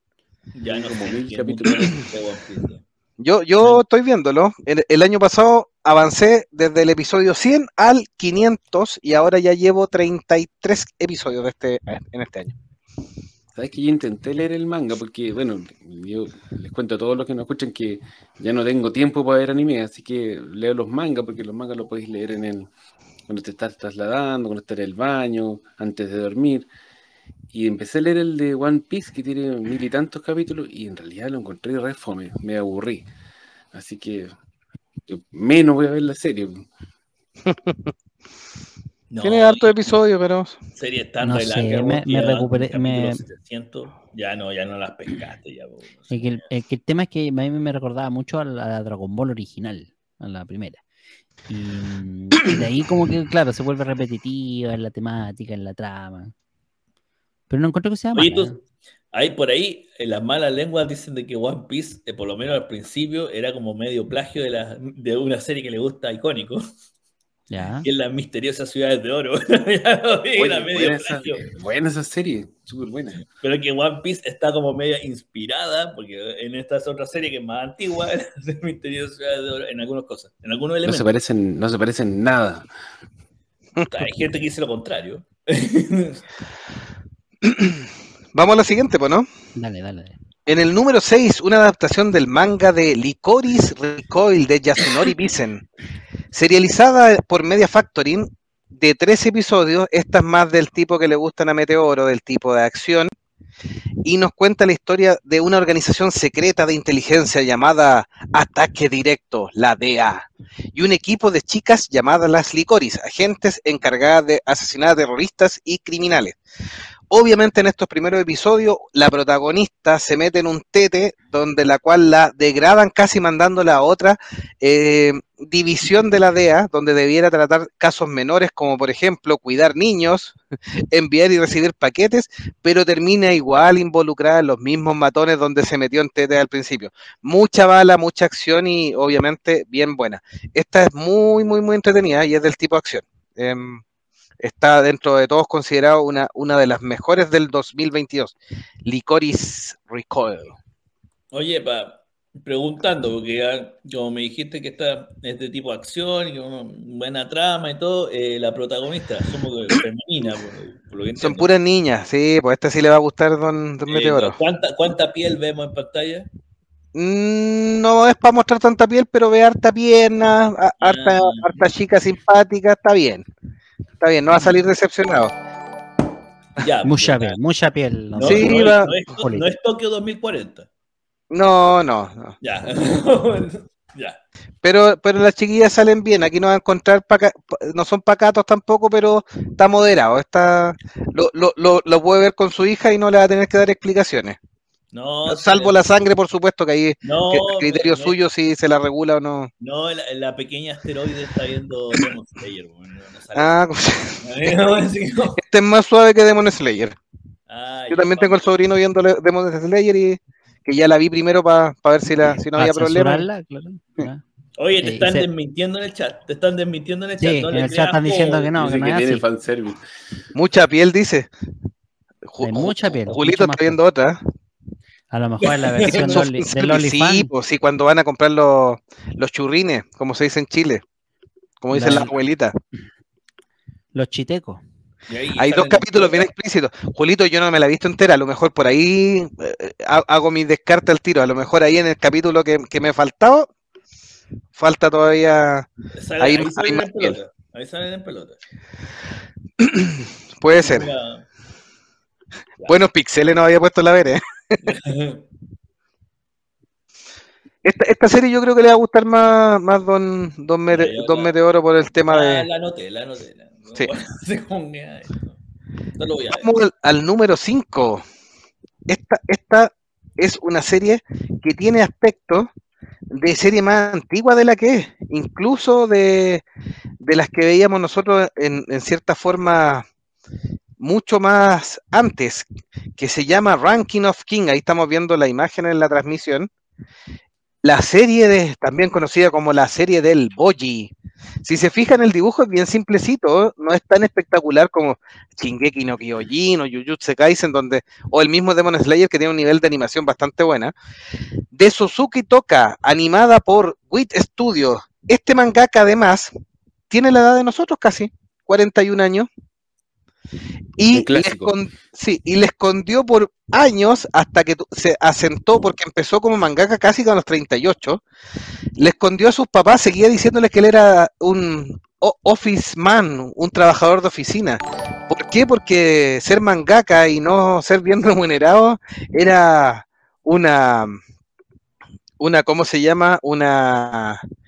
Ya no como sé, mil que capítulos. One Yo, yo estoy viéndolo. El, el año pasado avancé desde el episodio cien al quinientos y ahora ya llevo treinta y tres episodios de este, en este año. ¿Sabes que yo intenté leer el manga? Porque, bueno, yo les cuento a todos los que nos escuchan que ya no tengo tiempo para ver anime, así que leo los mangas, porque los mangas los podéis leer en el, cuando te estás trasladando, cuando estás en el baño, antes de dormir. Y empecé a leer el de One Piece, que tiene mil y tantos capítulos, y en realidad lo encontré re fome, me aburrí. Así que yo menos voy a ver la serie. No, tiene harto episodio, pero... Serie tan no larga, sé, me, me recuperé... Me... setecientos, ya no, ya no las pescaste. Ya, no sé. el, que el, el, que el tema es que a mí me recordaba mucho a la, a la Dragon Ball original, a la primera. Y, y de ahí como que, claro, se vuelve repetitiva en la temática, en la trama. Pero no encuentro que sea Oye, mala. tú, ahí por ahí, en las malas lenguas dicen de que One Piece, eh, por lo menos al principio, era como medio plagio de, la, de una serie que le gusta a Icónico. Ya. Y en las misteriosas ciudades de oro. Ya lo vi, Oye, era medio buena, plagio. esa, buena esa serie, súper buena. Pero que One Piece está como media inspirada, porque en esta es otra serie que es más antigua, de misteriosas ciudades de oro, en algunas cosas, en algunos elementos. No se parecen, no se parecen nada. Hay gente que dice lo contrario. Vamos a la siguiente, pues, ¿no? Dale, dale, dale. En el número seis, una adaptación del manga de Licorice Recoil de Yasunori Bisen, serializada por Media Factory, de tres episodios. Esta es más del tipo que le gustan a Meteoro, del tipo de acción, y nos cuenta la historia de una organización secreta de inteligencia llamada Ataque Directo, la D A, y un equipo de chicas llamadas las Licorice, agentes encargadas de asesinar a terroristas y criminales. Obviamente en estos primeros episodios la protagonista se mete en un tete donde la cual la degradan casi mandándola a otra eh, división de la D E A, donde debiera tratar casos menores como por ejemplo cuidar niños, enviar y recibir paquetes, pero termina igual involucrada en los mismos matones donde se metió en tete al principio. Mucha bala, mucha acción y obviamente bien buena. Esta es muy, muy, muy entretenida y es del tipo acción. Eh, Está dentro de todos considerado una, una de las mejores del dos mil veintidós. Licorice Recoil. Oye, pa, preguntando, porque ya, como me dijiste que esta es de tipo acción y una buena trama y todo, eh, la protagonista, asumo que femenina, por, por lo que entiendo. Son puras niñas, sí, pues a esta sí le va a gustar Don, don Eh, Meteoro. ¿cuánta, ¿Cuánta piel vemos en pantalla? Mm, no es para mostrar tanta piel, pero ve harta pierna, a- harta, Ah. harta chica simpática, está bien. Está bien, no va a salir decepcionado. Ya, Mucha ya. piel, mucha piel. No, Sí, no, es, va- no, es, no es Tokio dos mil cuarenta. No, no, no. Ya. Ya. Pero, pero las chiquillas salen bien, aquí no va a encontrar, paca- pa- no son pacatos tampoco, pero está moderado, está, lo, lo, lo, lo puede ver con su hija y no le va a tener que dar explicaciones. No, Salvo sí, la sangre, por supuesto, que ahí no, que a criterio me, suyo si se la regula o no. no la, la pequeña asteroide está viendo Demon Slayer, no, no sale. Ah, No, así como- este es más suave que Demon Slayer. Ah, Yo ya, también pa- tengo el sobrino viendo le- Demon Slayer y que ya la vi primero para pa ver si, la, si no Para había problema. censurarla, claro. Ah. Oye, te Eh, están se- desmintiendo en el chat, te están desmintiendo en el Sí, chat. No en le el chat creas están diciendo todo. que no, Dice que no que es tiene así. fanservice. Mucha piel, dice. Ju- Hay Ju- mucha piel, Julito mucho más está viendo otra. A lo mejor es la versión de Eso Oli- fue del un service, sí, OnlyFans. pues sí, cuando van a comprar los, los churrines, como se dice en Chile, como dicen La- las abuelitas. Los chitecos. Y ahí Hay dos salen en capítulos bien pelota. explícitos. Julito, yo no me la he visto entera, a lo mejor por ahí eh, ha- hago mi descarte al tiro, a lo mejor ahí en el capítulo que, que me faltaba, falta todavía, Sale- ahí ahí hay salen más en piel. pelota. Ahí salen en pelota. Puede ser. Mira. Buenos pixeles no había puesto la ver, ¿eh? Esta, esta serie yo creo que le va a gustar más, más Don, don, Mete- Ya, ya, Don la- Meteoro por el tema Ah, de... la anoté, la anoté. la- No, Sí. sé cómo queda esto. No lo voy a ver. Vamos al, al número cinco. Esta, esta es una serie que tiene aspectos de serie más antigua de la que es, incluso de, de las que veíamos nosotros en, en cierta forma mucho más antes, que se llama Ranking of King. Ahí estamos viendo la imagen en la transmisión. La serie de, también conocida como la serie del Boji. Si se fijan, el dibujo es bien simplecito, no es tan espectacular como Shingeki no Kyojin o Jujutsu Kaisen, donde, o el mismo Demon Slayer, que tiene un nivel de animación bastante buena. De Suzuki Toka, animada por Wit Studio. Este mangaka, además, tiene la edad de nosotros casi, cuarenta y un años. Y le, escond- sí, y le escondió por años hasta que se asentó, porque empezó como mangaka casi a los treinta y ocho. Le escondió a sus papás, seguía diciéndoles que él era un office man, un trabajador de oficina. ¿Por qué? Porque ser mangaka y no ser bien remunerado era una, una ¿cómo se llama? Una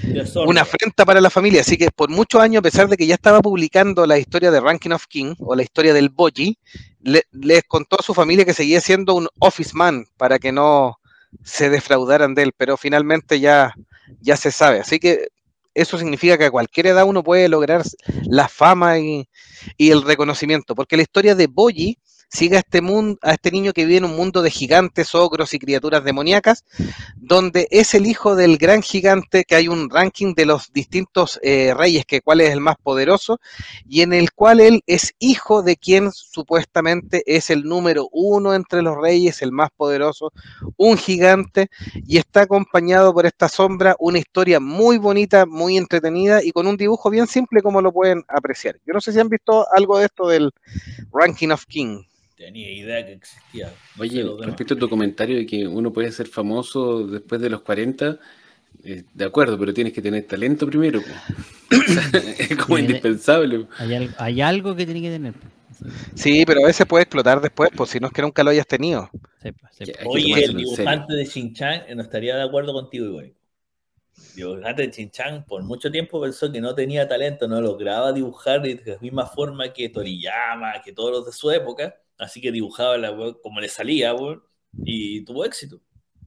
una afrenta para la familia. Así que por muchos años, a pesar de que ya estaba publicando la historia de Ranking of King o la historia del Boji, le, les contó a su familia que seguía siendo un office man para que no se defraudaran de él, pero finalmente ya, ya se sabe. Así que eso significa que a cualquier edad uno puede lograr la fama y, y el reconocimiento, porque la historia de Boji sigue a este, mundo, a este niño que vive en un mundo de gigantes, ogros y criaturas demoníacas, donde es el hijo del gran gigante, que hay un ranking de los distintos eh, reyes, que cuál es el más poderoso, y en el cual él es hijo de quien supuestamente es el número uno entre los reyes, el más poderoso, un gigante, y está acompañado por esta sombra, una historia muy bonita, muy entretenida, y con un dibujo bien simple como lo pueden apreciar. Yo no sé si han visto algo de esto del Ranking of King. Tenía idea que existía. No Oye, respecto a tu comentario de que uno puede ser famoso después de los cuarenta, eh, de acuerdo, pero tienes que tener talento primero. O sea, es como Tiene, indispensable. Hay algo, hay algo que tiene que tener. Sí, pero a veces puede explotar después, pues si no es que nunca lo hayas tenido. Sí, sí. Que, Oye, el dibujante de Shin-Chan no estaría de acuerdo contigo, igual. El dibujante de Shin-Chan por mucho tiempo pensó que no tenía talento, no lograba dibujar de la misma forma que Toriyama, que todos los de su época. Así que dibujaba la web como le salía, web, y tuvo éxito.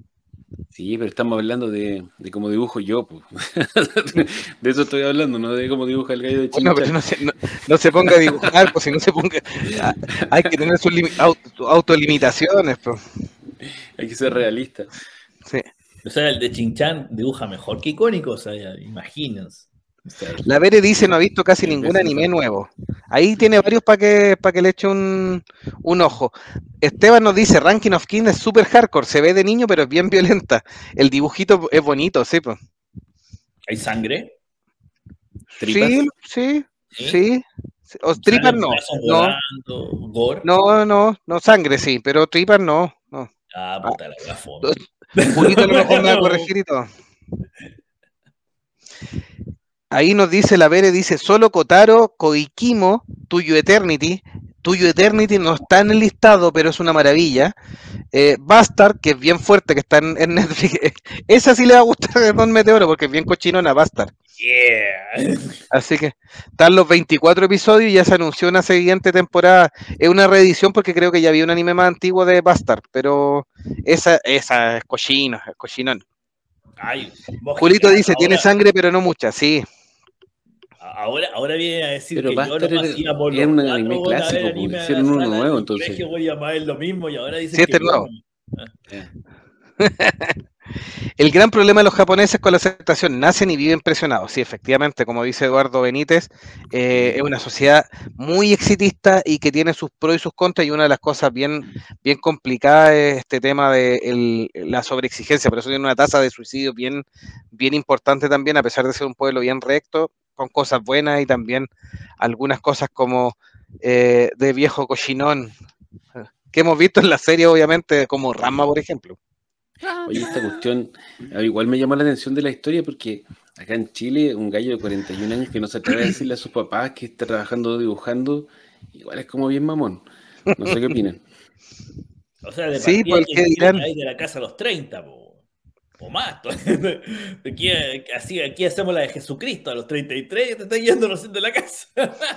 Sí, pero estamos hablando de, de cómo dibujo yo, pues. De eso estoy hablando, no de cómo dibuja el gallo de Shin-Chan. Bueno, pero no se, no, no se ponga a dibujar, pues si no se ponga... Hay que tener sus auto, autolimitaciones, pues. Hay que ser realista. Sí. O sea, el de Shin-Chan dibuja mejor que Icónico, o sea, imagínense. O sea, la Bere dice no ha visto casi ningún anime nuevo. Ahí tiene varios para que, para que le eche un, un ojo. Esteban nos dice, Ranking of King es super hardcore, se ve de niño pero es bien violenta. El dibujito es bonito, sí. Pues. ¿Hay sangre? ¿Tripas? Sí, sí, sí. sí. O tripas no. No. Volando, gore. no, no, no, sangre sí, pero tripas no. no. Ah, puta la la foto. Julito a lo mejor me va a corregir y todo. Ahí nos dice la Bere, dice, solo Kotaro, Koikimo, Tuyo Eternity. Tuyo Eternity no está en el listado, pero es una maravilla. Eh, Bastard, que es bien fuerte, que está en, en Netflix. Esa sí le va a gustar a Don Meteoro, porque es bien cochinona, Bastard. Yeah. Así que están los veinticuatro episodios y ya se anunció una siguiente temporada. Es una reedición porque creo que ya había un anime más antiguo de Bastard, pero esa, esa es cochino, es cochinón. Ay, Julito dice, ahora, tiene sangre pero no mucha, sí. Ahora, ahora viene a decir pero que yo no hacía por es un anime clásico, anime hicieron uno nuevo, entonces. colegio, voy a llamar lo mismo y ahora dicen sí, este que nuevo. Ah. Yeah. El gran problema de los japoneses con la aceptación, nacen y viven presionados. Sí, efectivamente, como dice Eduardo Benítez, eh, es una sociedad muy exitista y que tiene sus pros y sus contras, y una de las cosas bien, bien complicadas es este tema de el, la sobreexigencia, por eso tiene una tasa de suicidio bien, bien importante también, a pesar de ser un pueblo bien recto, con cosas buenas y también algunas cosas como eh, de viejo cochinón, que hemos visto en la serie, obviamente, como Ranma, por ejemplo. Oye, esta cuestión igual me llamó la atención de la historia porque acá en Chile un gallo de cuarenta y un años que no se atreve a decirle a sus papás que está trabajando dibujando, igual es como bien mamón. No sé qué opinan. O sea, de sí, partida porque dirán de la casa a los treinta, po, o más. Aquí, así, aquí hacemos la de Jesucristo a los treinta y tres y te están yendo los de la casa.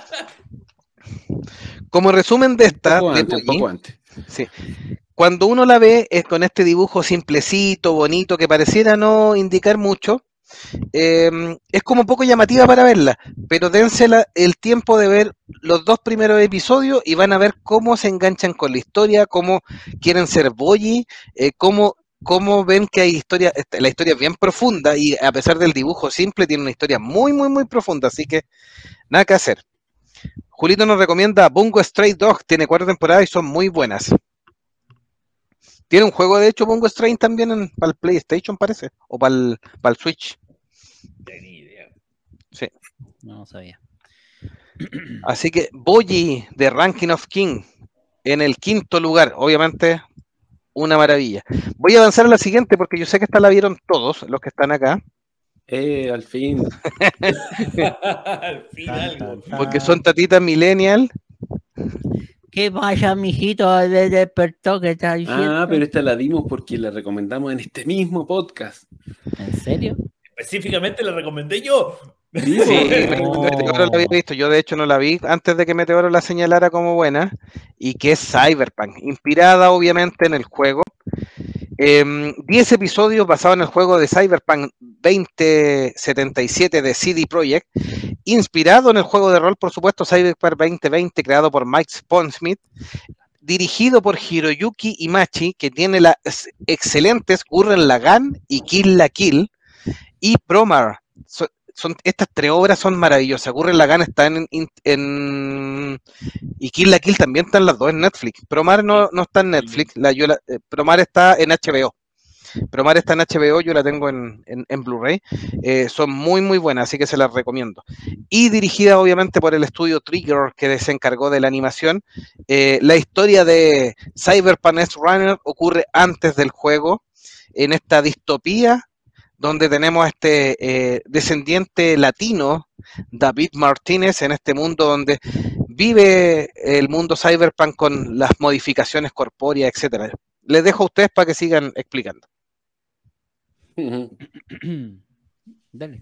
Como resumen de esta, poco de antes, Boji, poco antes. Sí. Cuando uno la ve es con este dibujo simplecito, bonito, que pareciera no indicar mucho, eh, es como poco llamativa para verla, pero dense la, el tiempo de ver los dos primeros episodios y van a ver cómo se enganchan con la historia, cómo quieren ser Boji, eh, cómo, cómo ven que hay historia, la historia es bien profunda y a pesar del dibujo simple tiene una historia muy, muy, muy profunda, así que nada que hacer. Julito nos recomienda Bungo Stray Dog, tiene cuatro temporadas y son muy buenas. Tiene un juego, de hecho, Bungo Stray también en, para el PlayStation, parece, o para el, para el Switch. Tenía idea. Sí. No sabía. Así que Boji de Ranking of King en el quinto lugar, obviamente una maravilla. Voy a avanzar a la siguiente porque yo sé que esta la vieron todos los que están acá. Eh, al fin. Al fin Tan, algo. tan, tan. Porque son tatitas millennial. ¿Qué pasa, mijito? ¿De despertó? ¿Qué está diciendo? Ah, pero esta la dimos porque la recomendamos en este mismo podcast. ¿En serio? específicamente la recomendé yo. Sí, sí, Meteoro la había visto. Yo de hecho no la vi antes de que Meteoro la señalara como buena, y que es Cyberpunk, inspirada obviamente en el juego. Eh, diez episodios basados en el juego de Cyberpunk veinte setenta y siete de C D Projekt, inspirado en el juego de rol, por supuesto, Cyberpunk veinte veinte, creado por Mike Pondsmith, dirigido por Hiroyuki Imachi, que tiene las excelentes Gurren Lagann y Kill la Kill, y Promare. So, son, estas tres obras son maravillosas. Gurren Lagann está en, en, en y Kill la Kill también están las dos en Netflix. Promare no, no está en Netflix, la, yo la, eh, Promare está en H B O. Promare está en H B O, yo la tengo en, en, en Blu-ray. Eh, son muy, muy buenas, así que se las recomiendo. Y dirigida obviamente por el estudio Trigger, que se encargó de la animación. Eh, la historia de Cyberpunk Edge Runner ocurre antes del juego, en esta distopía, donde tenemos a este eh, descendiente latino, David Martínez, en este mundo donde vive el mundo cyberpunk con las modificaciones corpóreas, etcétera. Les dejo a ustedes para que sigan explicando. Dale.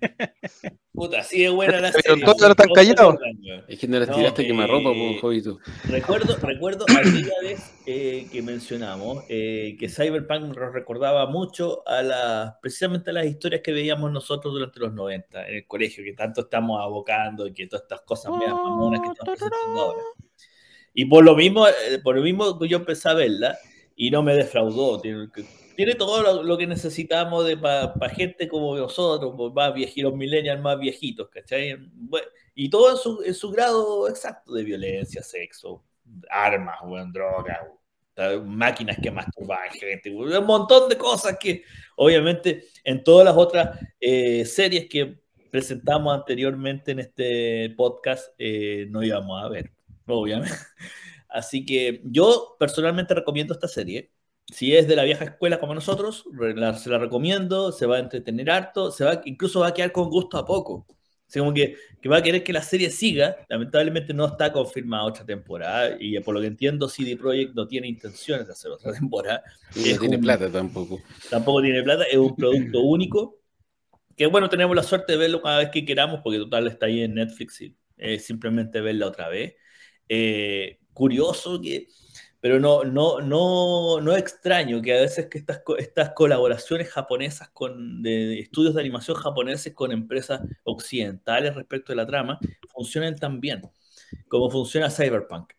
Puta, así de buena la Pero serie. todos ahora están callados. Es que no las No, tiraste eh, quemarropa, pues, Jovito. Recuerdo, recuerdo aquella vez eh, que mencionamos eh, que Cyberpunk nos recordaba mucho a las, precisamente a las historias que veíamos nosotros durante los noventa en el colegio, que tanto estamos abocando y que todas estas cosas medias mamonas que estamos presentando ahora. Y por lo mismo, eh, por lo mismo yo empecé a verla y no me defraudó. Tiene, tiene todo lo, lo que necesitamos para pa gente como nosotros, más viejitos, millennials más viejitos, ¿cachai? Bueno, y todo en su, en su grado exacto de violencia, sexo, armas, bueno, drogas, máquinas que masturban gente, un montón de cosas que obviamente en todas las otras eh, series que presentamos anteriormente en este podcast eh, no íbamos a ver, obviamente. Así que yo personalmente recomiendo esta serie. Si es de la vieja escuela como nosotros, la, se la recomiendo, se va a entretener harto, se va, incluso va a quedar con gusto a poco. O sea, como que, que va a querer que la serie siga. Lamentablemente no está confirmada otra temporada y por lo que entiendo C D Projekt no tiene intenciones de hacer otra temporada. Y no tiene un, plata tampoco. Tampoco tiene plata, es un producto único. Que bueno, tenemos la suerte de verlo cada vez que queramos porque total está ahí en Netflix y eh, simplemente verla otra vez. Eh, curioso que... Pero no, no, no, no extraño que a veces que estas, estas colaboraciones japonesas con de estudios de animación japoneses con empresas occidentales respecto de la trama funcionen tan bien como funciona Cyberpunk.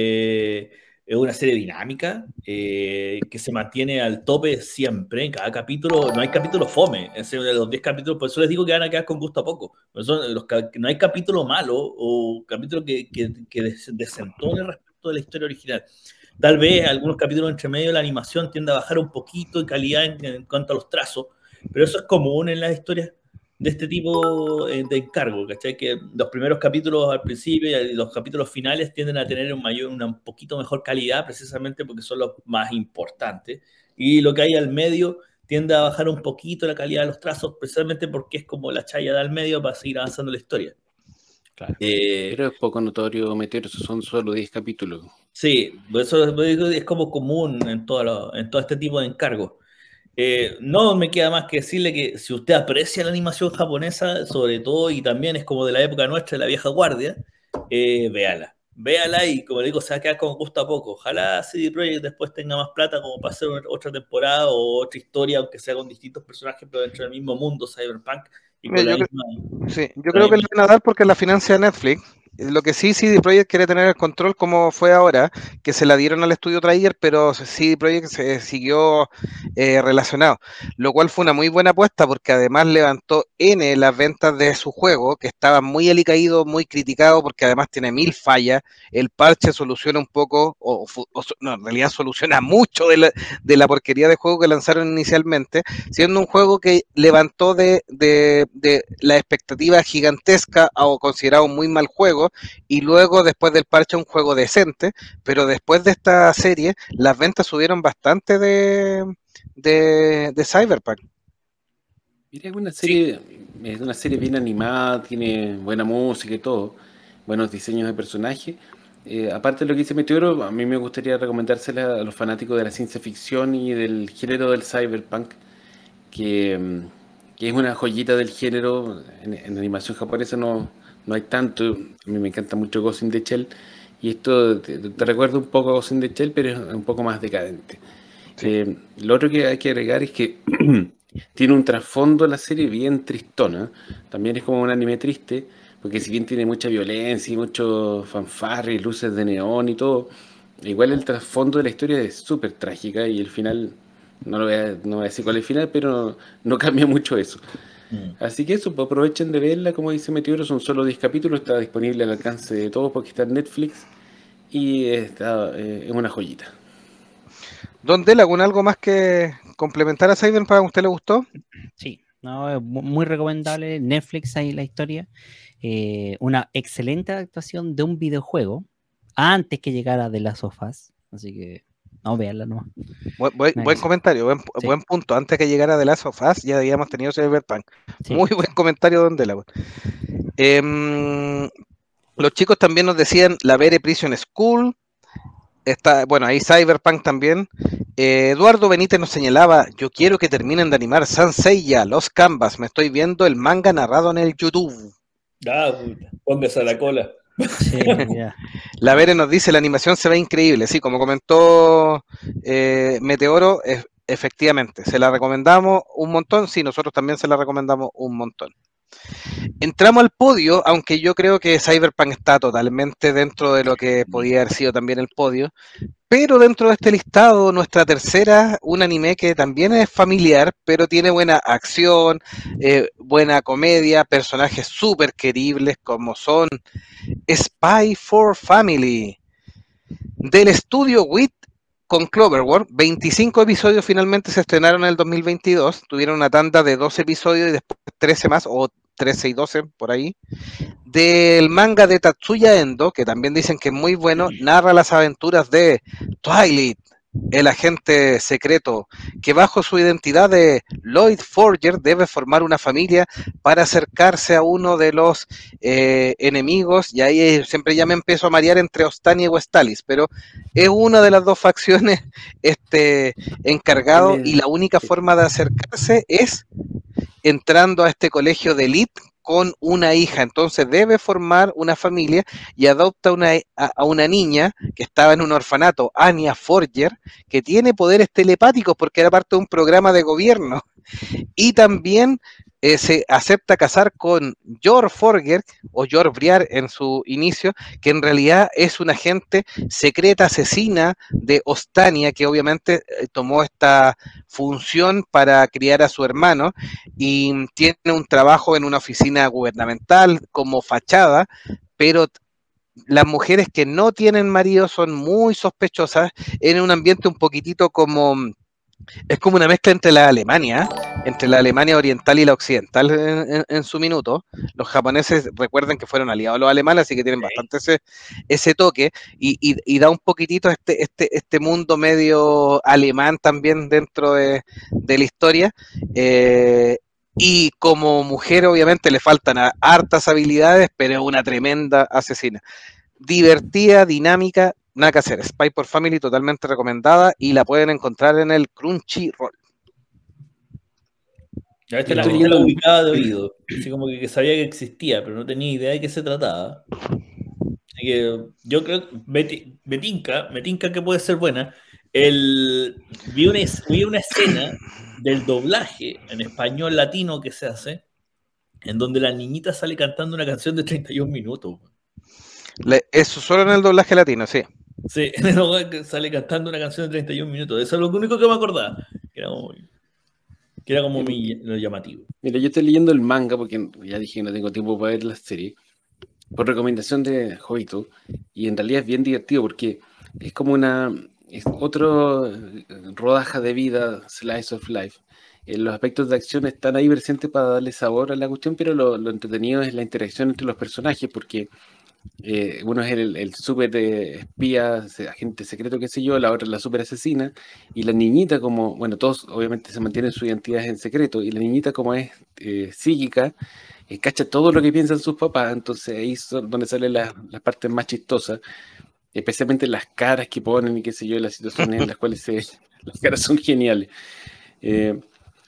Eh, es una serie dinámica eh, que se mantiene al tope siempre. En cada capítulo, no hay capítulo fome. En serio, de los diez capítulos, por eso les digo que van a quedar con gusto a poco. Son los, no hay capítulo malo o capítulo que, que, que desentone respecto de la historia original. Tal vez algunos capítulos entre medio la animación tiende a bajar un poquito de calidad en, en cuanto a los trazos, pero eso es común en las historias de este tipo de encargo, ¿cachai? Que los primeros capítulos al principio y los capítulos finales tienden a tener un mayor, una un poquito mejor calidad, precisamente porque son los más importantes, y lo que hay al medio tiende a bajar un poquito la calidad de los trazos, precisamente porque es como la chaya al medio para seguir avanzando la historia. Claro. Eh, pero es poco notorio meter, son solo diez capítulos. Sí, eso es como común en todo, lo, en todo este tipo de encargos. Eh, no me queda más que decirle que si usted aprecia la animación japonesa, sobre todo, y también es como de la época nuestra, de la vieja guardia, eh, véala. Véala y, como le digo, se va a quedar con gusto a poco. Ojalá C D Projekt después tenga más plata como para hacer otra temporada o otra historia, aunque sea con distintos personajes, pero dentro del mismo mundo Cyberpunk. Y con Mira, la yo misma, creo, sí, yo creo que le van a dar porque la financia Netflix. Lo que sí, C D Projekt quiere tener el control como fue ahora, que se la dieron al estudio Trigger, pero C D Projekt se siguió eh, relacionado, lo cual fue una muy buena apuesta porque además levantó N las ventas de su juego, que estaba muy alicaído, muy criticado, porque además tiene mil fallas. El parche soluciona un poco, o, o no, en realidad soluciona mucho de la, de la porquería de juego que lanzaron inicialmente, siendo un juego que levantó de, de, de la expectativa gigantesca o considerado un muy mal juego, y luego después del parche un juego decente, pero después de esta serie las ventas subieron bastante de, de, de Cyberpunk. Mira, es una serie, sí. Es una serie bien animada, tiene buena música y todo, buenos diseños de personajes. Eh, aparte de lo que dice Meteoro, a mí me gustaría recomendársela a los fanáticos de la ciencia ficción y del género del cyberpunk, que, que es una joyita del género. En, en animación japonesa no, no hay tanto. A mí me encanta mucho Ghost in the Shell. Y esto te, te recuerda un poco a Ghost in the Shell, pero es un poco más decadente. Sí. Eh, lo otro que hay que agregar es que tiene un trasfondo la serie bien tristona. También es como un anime triste, porque si bien tiene mucha violencia y mucho fanfarre y luces de neón y todo, igual el trasfondo de la historia es súper trágica y el final, no lo voy a, no voy a decir cuál es el final, pero no, no cambia mucho eso. Mm. Así que eso, pues aprovechen de verla, como dice Meteoro, son solo diez capítulos, está disponible al alcance de todos porque está en Netflix y está, eh, es una joyita. Don Dela, ¿con algo más que complementar a Cyberpunk? ¿A usted le gustó? Sí, no, es mu- muy recomendable. Netflix ahí la historia. Eh, una excelente adaptación de un videojuego antes que llegara The Last of Us. Así que, no, véanla nomás. Buen, buen, Nada buen que decir. comentario, buen, Sí. buen punto. Antes que llegara The Last of Us ya habíamos tenido Cyberpunk. Sí. Muy buen comentario, Don Dela. weón. Em, los chicos también nos decían la Vere Prison School. Está, bueno, ahí Cyberpunk también. Eh, Eduardo Benítez nos señalaba, yo quiero que terminen de animar Saint Seiya, Los Canvas, me estoy viendo el manga narrado en el YouTube. Ah, puta, póngase a la cola. Sí, ya. La Vere nos dice, la animación se ve increíble, sí, como comentó eh, Meteoro, es, efectivamente, se la recomendamos un montón, sí, nosotros también se la recomendamos un montón. Entramos al podio, aunque yo creo que Cyberpunk está totalmente dentro de lo que podía haber sido también el podio. Pero dentro de este listado, nuestra tercera, un anime que también es familiar, pero tiene buena acción, eh, buena comedia, personajes súper queribles como son Spy for Family, del estudio W I T con Cloverworld. veinticinco episodios finalmente se estrenaron en el dos mil veintidós, tuvieron una tanda de doce episodios y después trece más, o trece y doce por ahí. Del manga de Tatsuya Endo, que también dicen que es muy bueno, narra las aventuras de Twilight, el agente secreto, que bajo su identidad de Lloyd Forger debe formar una familia para acercarse a uno de los eh, enemigos, y ahí siempre ya me empiezo a marear entre Ostani y Westalis, pero es una de las dos facciones este, encargado, y la única forma de acercarse es entrando a este colegio de élite con una hija, entonces debe formar una familia y adopta una, a, a, una niña que estaba en un orfanato, Anya Forger, que tiene poderes telepáticos porque era parte de un programa de gobierno, y también eh, se acepta casar con Jor Forger, o Jor Briar en su inicio, que en realidad es una agente secreta asesina de Ostania, que obviamente eh, tomó esta función para criar a su hermano, y tiene un trabajo en una oficina gubernamental como fachada, pero las mujeres que no tienen marido son muy sospechosas en un ambiente un poquitito como... Es como una mezcla entre la Alemania, entre la Alemania oriental y la occidental en, en, en su minuto. Los japoneses, recuerden que fueron aliados a los alemanes, así que tienen bastante ese, ese toque, y, y, y da un poquitito este, este, este mundo medio alemán también dentro de, de la historia. Eh, y como mujer obviamente le faltan a hartas habilidades, pero es una tremenda asesina. Divertida, dinámica, nada que hacer. Spy por Family totalmente recomendada y la pueden encontrar en el Crunchyroll. A esta la, esta la ubicaba de oído, así como que, que sabía que existía, pero no tenía idea de qué se trataba. Así que yo creo que me, me tinca, me tinca que puede ser buena. El, vi, una, vi una escena del doblaje en español latino que se hace, en donde la niñita sale cantando una canción de treinta y un minutos. Le, eso solo en el doblaje latino, sí. Sí, sale cantando una canción de treinta y un minutos. Eso es lo único que me acordaba. Que era como, que era como mi, lo llamativo. Mira, yo estoy leyendo el manga porque ya dije que no tengo tiempo para ver la serie, por recomendación de Jovito, y en realidad es bien divertido porque es como una es otro rodaja de vida, slice of life. Eh, los aspectos de acción están ahí presentes para darle sabor a la cuestión, pero lo, lo entretenido es la interacción entre los personajes, porque eh, uno es el, el súper eh, espía, agente secreto, qué sé yo, la otra es la súper asesina, y la niñita como, bueno, todos obviamente se mantienen sus identidades en secreto, y la niñita como es eh, psíquica, eh, cacha todo lo que piensan sus papás, entonces ahí son donde salen las, las partes más chistosas, especialmente las caras que ponen y qué sé yo, las situaciones en las cuales se, las caras son geniales. Eh,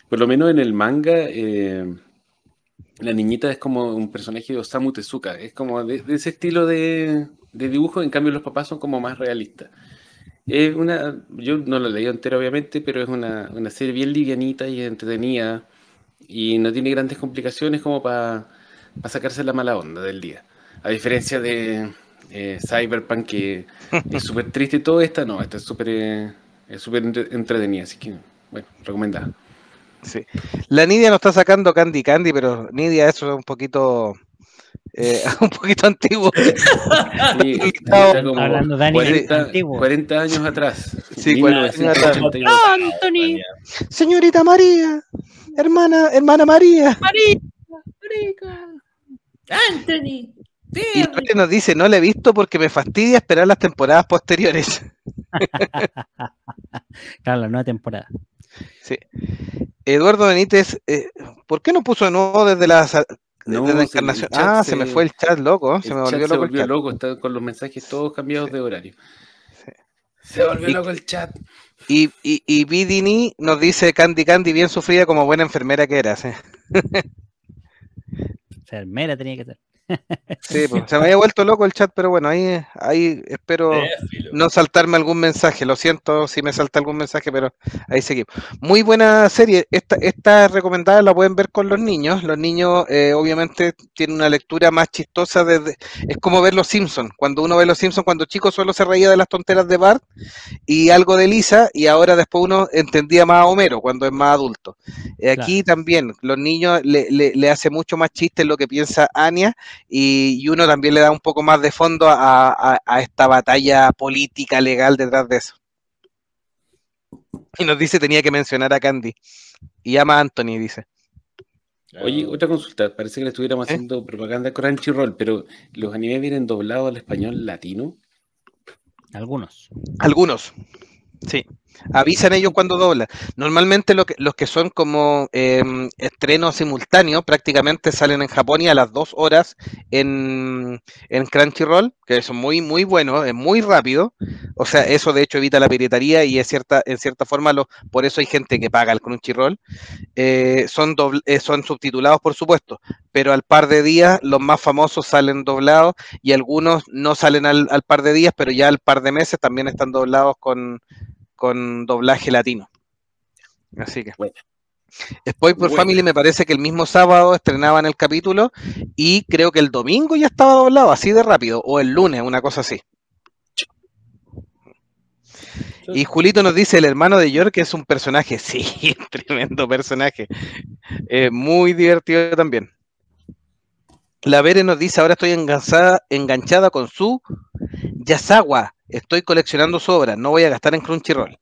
Por lo menos en el manga, eh, la niñita es como un personaje de Osamu Tezuka, es como de, de ese estilo de, de dibujo, en cambio los papás son como más realistas. Es una, yo no lo he leído entero obviamente, pero es una, una serie bien livianita y entretenida y no tiene grandes complicaciones como para pa sacarse la mala onda del día. A diferencia de eh, Cyberpunk, que es súper triste y todo, esta no, esta es súper eh, es súper entre- entretenida, así que, bueno, recomendada. Sí. La Nidia nos está sacando Candy Candy, pero Nidia, eso es un poquito eh, un poquito antiguo. Sí, Está está como Hablando de anime cuarenta, antiguo. cuarenta años atrás. Sí, mil cuarenta años atrás. novecientos ochenta y ocho. Anthony, Señorita María, hermana, hermana María. María, Marica. Anthony. Y la María nos dice, no la he visto porque me fastidia esperar las temporadas posteriores. Claro, la nueva temporada. Sí. Eduardo Benítez, eh, ¿por qué no puso de nuevo desde la, No, desde la se- encarnación? el chat Ah, se- se me fue el chat, loco. Se El me chat volvió se loco el volvió chat. loco, está con los mensajes todos cambiados de horario. Sí. Se volvió Y- loco el chat. Y, y, y Bidini nos dice Candy Candy bien sufrida como buena enfermera que era. Sí, Enfermera tenía que ser. sí, pues, se me había vuelto loco el chat, pero bueno, ahí, ahí espero Défilo. no saltarme algún mensaje. Lo siento si me salta algún mensaje, pero ahí seguimos. Muy buena serie. Esta, esta recomendada la pueden ver con los niños. Los niños, eh, obviamente, tienen una lectura más chistosa. Desde, es como ver Los Simpsons. Cuando uno ve Los Simpsons, cuando chico solo se reía de las tonteras de Bart y algo de Lisa, y ahora después uno entendía más a Homero cuando es más adulto. Eh, Aquí Claro. también, los niños le, le, le hace mucho más chiste lo que piensa Anya, y, y uno también le da un poco más de fondo a, a, a esta batalla política, legal detrás de eso. Y nos dice, tenía que mencionar a Candy. Y llama a Anthony, dice. Oye, otra consulta. Parece que le estuviéramos ¿Eh? haciendo propaganda con Crunchyroll, pero ¿los animes vienen doblados al español latino? Algunos. Algunos, sí. Avisan ellos cuando doblan. Normalmente lo que, los que son como eh, estrenos simultáneos prácticamente salen en Japón y a las dos horas en, en Crunchyroll, que son muy, muy buenos, es muy rápido. O sea, eso de hecho evita la piratería y es cierta, en cierta forma, lo, por eso hay gente que paga el Crunchyroll. Eh, son, doble, eh, son subtitulados, por supuesto, pero al par de días los más famosos salen doblados y algunos no salen al, al par de días, pero ya al par de meses también están doblados con con doblaje latino. Así que. Bueno. Spoiler por Bueno. Family me parece que el mismo sábado estrenaban el capítulo y creo que el domingo ya estaba doblado, así de rápido, o el lunes, una cosa así. Y Julito nos dice, el hermano de York es un personaje, sí, tremendo personaje. Eh, muy divertido también. La Vere nos dice, ahora estoy enganchada, enganchada con su Yasawa, estoy coleccionando su obra, no voy a gastar en Crunchyroll.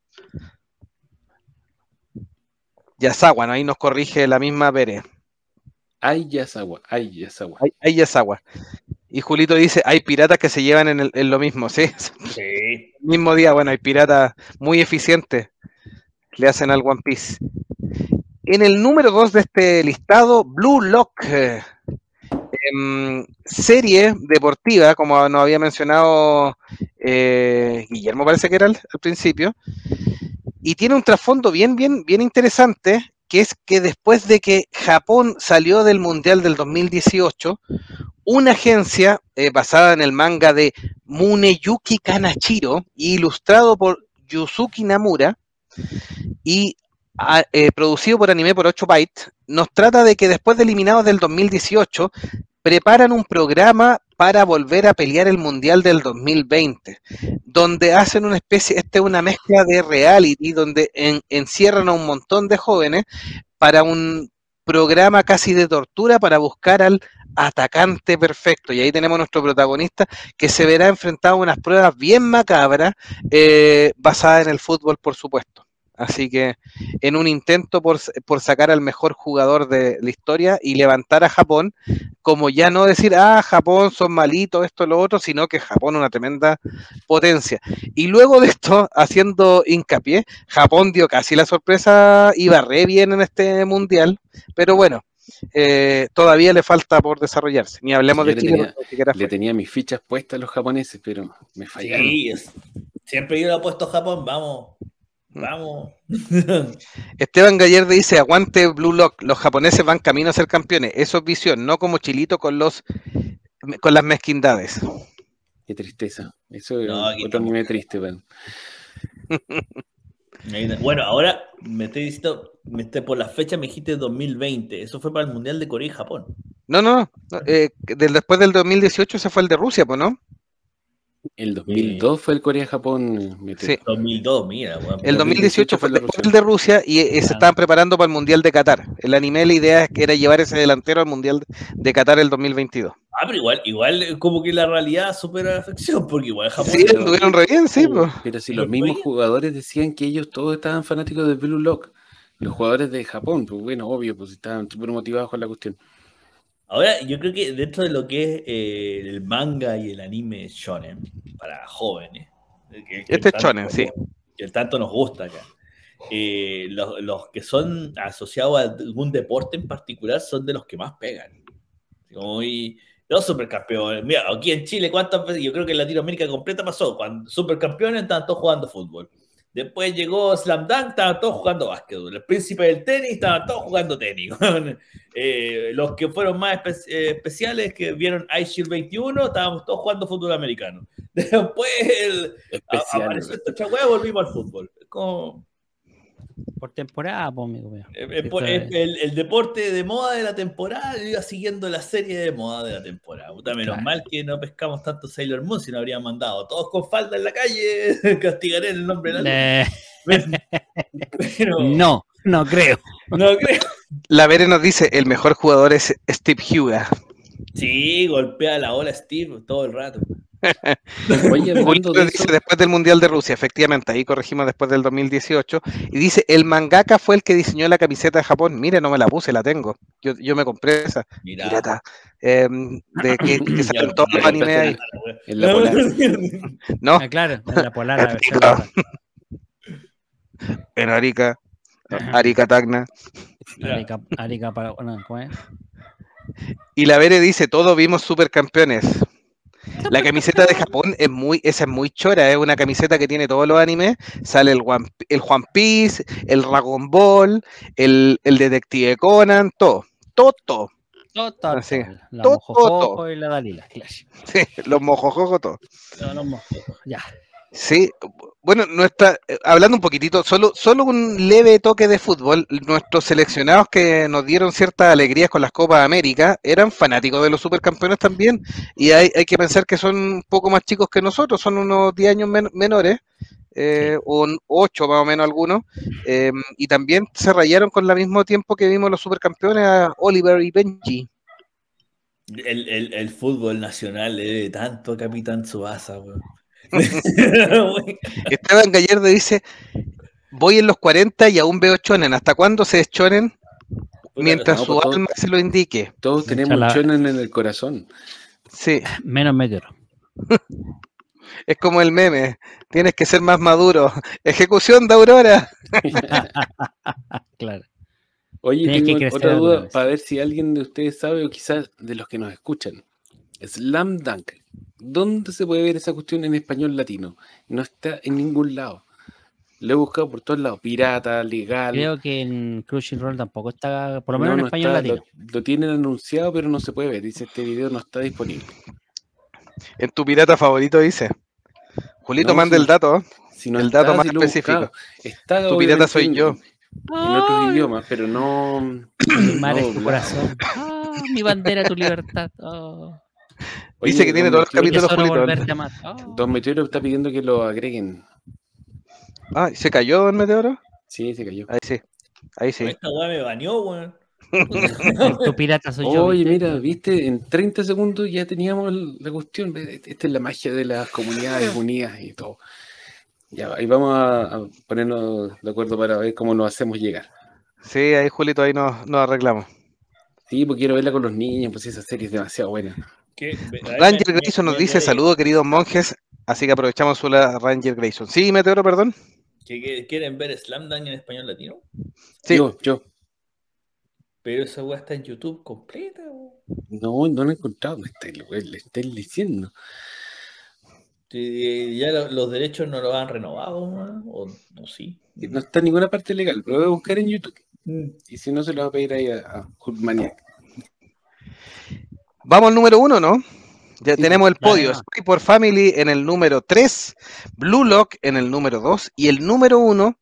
Yasawa, ¿no? Ahí nos corrige la misma Vere. Ay, Yasawa, ay, Yasawa. Hay, hay Yasawa. Y Julito dice, hay piratas que se llevan en, el, en lo mismo, ¿sí? Sí. El mismo día, bueno, hay piratas muy eficientes, le hacen al One Piece. En el número dos de este listado, Blue Lock, eh, eh, serie deportiva, como nos había mencionado eh, Guillermo, parece que era al, al principio, y tiene un trasfondo bien, bien, bien interesante, que es que después de que Japón salió del Mundial del dos mil dieciocho, una agencia eh, basada en el manga de Muneyuki Kanashiro, ilustrado por Yusuke Namura y a, eh, producido por Anime por ocho bytes, nos trata de que después de eliminados del dos mil dieciocho, preparan un programa para volver a pelear el Mundial del dos mil veinte, donde hacen una especie, esta es una mezcla de reality, donde en, encierran a un montón de jóvenes para un programa casi de tortura para buscar al atacante perfecto. Y ahí tenemos a nuestro protagonista que se verá enfrentado a unas pruebas bien macabras, eh, basadas en el fútbol, por supuesto. Así que en un intento por, por sacar al mejor jugador de la historia y levantar a Japón, como ya no decir, ah, Japón son malitos, esto, lo otro, sino que Japón es una tremenda potencia. Y luego de esto, haciendo hincapié, Japón dio casi la sorpresa, iba re bien en este mundial, pero bueno, eh, todavía le falta por desarrollarse. Ni hablemos Yo de le Chile, tenía, porque ni siquiera le fue. tenía mis fichas puestas a los japoneses, pero me fallaron. Sí, es- siempre yo lo he puesto a Japón, vamos. Vamos. Esteban Gallardo dice, aguante Blue Lock, los japoneses van camino a ser campeones. Eso es visión, no como Chilito con los con las mezquindades. Qué tristeza. Eso es No, aquí otro estamos. anime triste, weón. Bueno, ahora me estoy diciendo, me estoy, por la fecha me dijiste dos mil veinte. Eso fue para el Mundial de Corea y Japón. No, no, no eh, del, después del dos mil dieciocho se fue el de Rusia, pues, ¿no? El dos mil dos Eh, fue el Corea-Japón. Sí. dos mil dos, mira. Bueno, El dos mil dieciocho fue fue el de después Rusia. el de Rusia y eh, se estaban preparando para el Mundial de Qatar. El anime, la idea era llevar ese delantero al Mundial de Qatar el dos mil veintidós. Ah, pero igual, igual como que la realidad supera la ficción, porque igual Japón... Sí, estuvieron re bien, sí, pues. Pero si los mismos jugadores decían que ellos todos estaban fanáticos de Blue Lock, los jugadores de Japón, pues bueno, obvio, pues estaban súper motivados con la cuestión. Ahora, yo creo que dentro de lo que es eh, el manga y el anime shonen, para jóvenes, que, que Este es tanto, shonen, sí. que tanto nos gusta acá, eh, los, los que son asociados a algún deporte en particular son de los que más pegan. Y los supercampeones, mira, aquí en Chile, ¿cuántas veces? Yo creo que en Latinoamérica completa pasó, cuando supercampeones estaban todos jugando fútbol. Después llegó Slam Dunk, estaban todos jugando básquetbol. El príncipe del tenis, estaban todos jugando tenis. eh, los que fueron más espe eh, especiales, que vieron Ice Shield veintiuno, estábamos todos jugando fútbol americano. Después el, a, apareció esta otra hueá, volvimos al fútbol. Como... Por temporada, pues, amigo mío. El, el, el, el deporte de moda de la temporada, yo iba siguiendo la serie de moda de la temporada. Puta, menos claro. mal que no pescamos tanto Sailor Moon, si no habrían mandado todos con falda en la calle. Castigaré el nombre de la luz. Pero... No, no creo. No creo. La Vere nos dice, el mejor jugador es Steve Huga. Sí, golpea la ola Steve todo el rato. Oye, de dice después del Mundial de Rusia, efectivamente, ahí corregimos después del dos mil dieciocho, y dice, el mangaka fue el que diseñó la camiseta de Japón. Mire, no me la puse, la tengo. Yo, yo me compré esa. Mira. Pirata. Eh, de que, que salen todos los animes ahí. En la polar. No. Ah, claro, en la polar. La versión polar. En Arica. Arica Tacna. Arica, Arica para... No, ¿cómo es? Y la Vere dice, todos vimos supercampeones. La camiseta de Japón es muy, esa es muy chora, es una camiseta que tiene todos los animes, sale el One, el One Piece, el Dragon Ball, el, el Detective Conan, todo, todo, todo. Todo, todo, Así, la todo, mojojojo todo. y la Dalila, claro. Sí, los mojojojos, todo. No, los mojojos, ya. Sí, bueno, nuestra, hablando un poquitito, solo, solo un leve toque de fútbol, nuestros seleccionados que nos dieron ciertas alegrías con las Copas América eran fanáticos de los supercampeones también, y hay, hay que pensar que son un poco más chicos que nosotros, son unos diez años men menores, eh, sí. o ocho más o menos algunos, eh, y también se rayaron con el mismo tiempo que vimos los supercampeones a Oliver y Benji. El, el, el fútbol nacional le debe tanto a Capitán Tsubasa, weón. Esteban Gallardo dice, voy en los cuarenta y aún veo shonen. ¿Hasta cuándo se shonen? Mientras no, su pues alma todos, se lo indique. Todos tenemos un shonen en el corazón. Sí. Menos Meteoro. Es como el meme. Tienes que ser más maduro. Ejecución de Aurora. Claro. Oye, Tienes tengo otra duda para ver si alguien de ustedes sabe o quizás de los que nos escuchan. Slam Dunk. ¿Dónde se puede ver esa cuestión en español latino? No está en ningún lado. Lo he buscado por todos lados. Pirata, legal. Creo que en Crunchyroll tampoco está, por lo menos no, en no español está, latino. Lo, lo tienen anunciado, pero no se puede ver. Dice, este video no está disponible. En tu pirata favorito dice. Julito, no, manda si el dato. Si no el está, dato más si específico. Está, tu pirata soy en, yo. En, en otros idiomas, pero no... Mi mar es tu corazón. Oh, mi bandera, tu libertad. Oh. Oye, dice que tiene todos los capítulos Julito. Oh. Don Meteoro está pidiendo que lo agreguen. Ah, ¿se cayó Don Meteoro? Sí, se cayó. Ahí sí. Ahí sí. Esta weá me bañó, weón. Tu pirata soy yo. Oye, ¿viste? Mira, viste, en treinta segundos ya teníamos la cuestión. Esta es la magia de las comunidades unidas y todo. Ya, ahí vamos a, a ponernos de acuerdo para ver cómo nos hacemos llegar. Sí, ahí Julito, ahí nos, nos arreglamos. Sí, porque quiero verla con los niños, pues esa serie es demasiado buena. ¿Qué? Ranger me, Grayson me, nos me, dice, saludos queridos monjes, así que aprovechamos su la Ranger Grayson. Sí, Meteoro, perdón. ¿Qué, ¿Quieren ver Slam Dunk en español latino? Sí. Yo, yo. Pero esa weá está en YouTube completa, weón. No, no la he encontrado, me estáis, le estáis diciendo. Sí, ya lo- los derechos no los han renovado, ¿no? O no, sí. No está en ninguna parte legal, pero lo voy a buscar en YouTube. Mm. Y si no, se lo voy a pedir ahí a, a Hulkmaniac. Vamos al número uno, ¿no? Ya Sí, tenemos el Dale podio. nomás. Spy por Family en el número tres, Blue Lock en el número dos y el número uno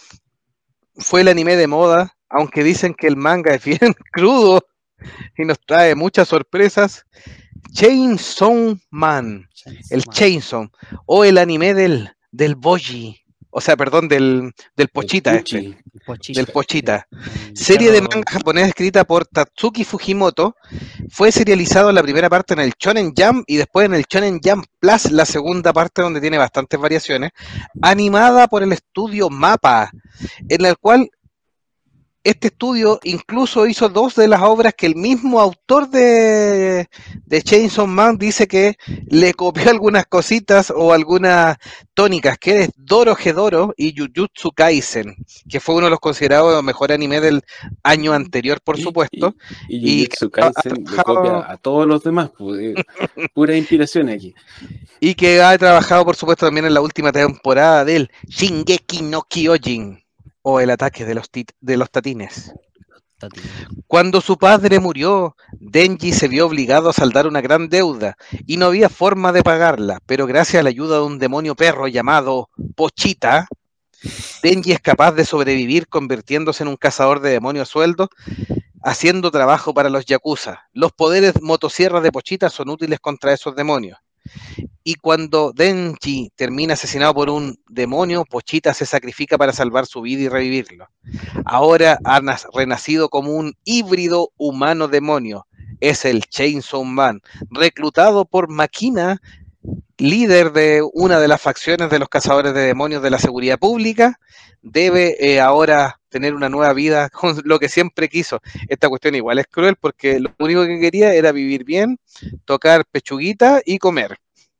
fue el anime de moda, aunque dicen que el manga es bien crudo y nos trae muchas sorpresas. Chainsaw Man, el Man. Chainsaw, o el anime del, del Boji, o sea, perdón, del, del Pochita El este, Puchi. Pochita. del Pochita. El Serie de perro- manga japonesa escrita por Tatsuki Fujimoto, fue serializado en la primera parte en el Shonen Jump y después en el Shonen Jump Plus, la segunda parte donde tiene bastantes variaciones, animada por el estudio MAPPA, en el cual este estudio incluso hizo dos de las obras que el mismo autor de, de Chainsaw Man dice que le copió algunas cositas o algunas tónicas, que es Dorohedoro y Jujutsu Kaisen, que fue uno de los considerados mejor anime del año anterior, por Y- supuesto. Y, y Y, Jujutsu Kaisen le copia a todos los demás, pues, eh, pura inspiración aquí. y que ha trabajado, por supuesto, también en la última temporada del Shingeki no Kyojin, o el ataque de los, tit de los tatines. Cuando su padre murió, Denji se vio obligado a saldar una gran deuda y no había forma de pagarla, pero gracias a la ayuda de un demonio perro llamado Pochita, Denji es capaz de sobrevivir convirtiéndose en un cazador de demonios a sueldo, haciendo trabajo para los yakuza. Los poderes motosierras de Pochita son útiles contra esos demonios. Y cuando Denji termina asesinado por un demonio, Pochita se sacrifica para salvar su vida y revivirlo. Ahora ha renacido como un híbrido humano-demonio. Es el Chainsaw Man, reclutado por Makina, líder de una de las facciones de los cazadores de demonios de la seguridad pública. Debe eh, ahora tener una nueva vida con lo que siempre quiso. Esta cuestión igual es cruel porque lo único que quería era vivir bien, tocar pechuguita y comer.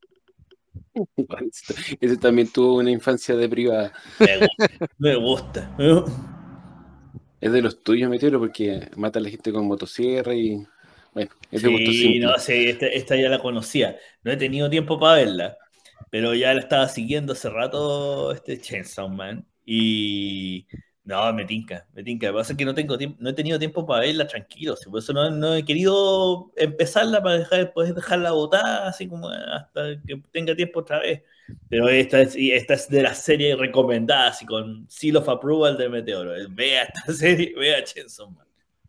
Ese también tuvo una infancia deprivada. Me gusta, me gusta. me gusta. Es de los tuyos, Meteoro, porque mata a la gente con motosierra y... Bueno, es de gusto Sí, simple. no sé, esta, esta ya la conocía. No he tenido tiempo para verla, pero ya la estaba siguiendo hace rato este Chainsaw Man. Y no, me tinca, me tinca. Lo que pasa es que no, tengo tiempo, no he tenido tiempo para verla tranquilo. Por eso no, no he querido empezarla para dejar, después dejarla botada, así como hasta que tenga tiempo otra vez. Pero esta es, esta es de las series recomendadas y con seal of approval de Meteoro. Vea esta serie, vea Chainsaw Man.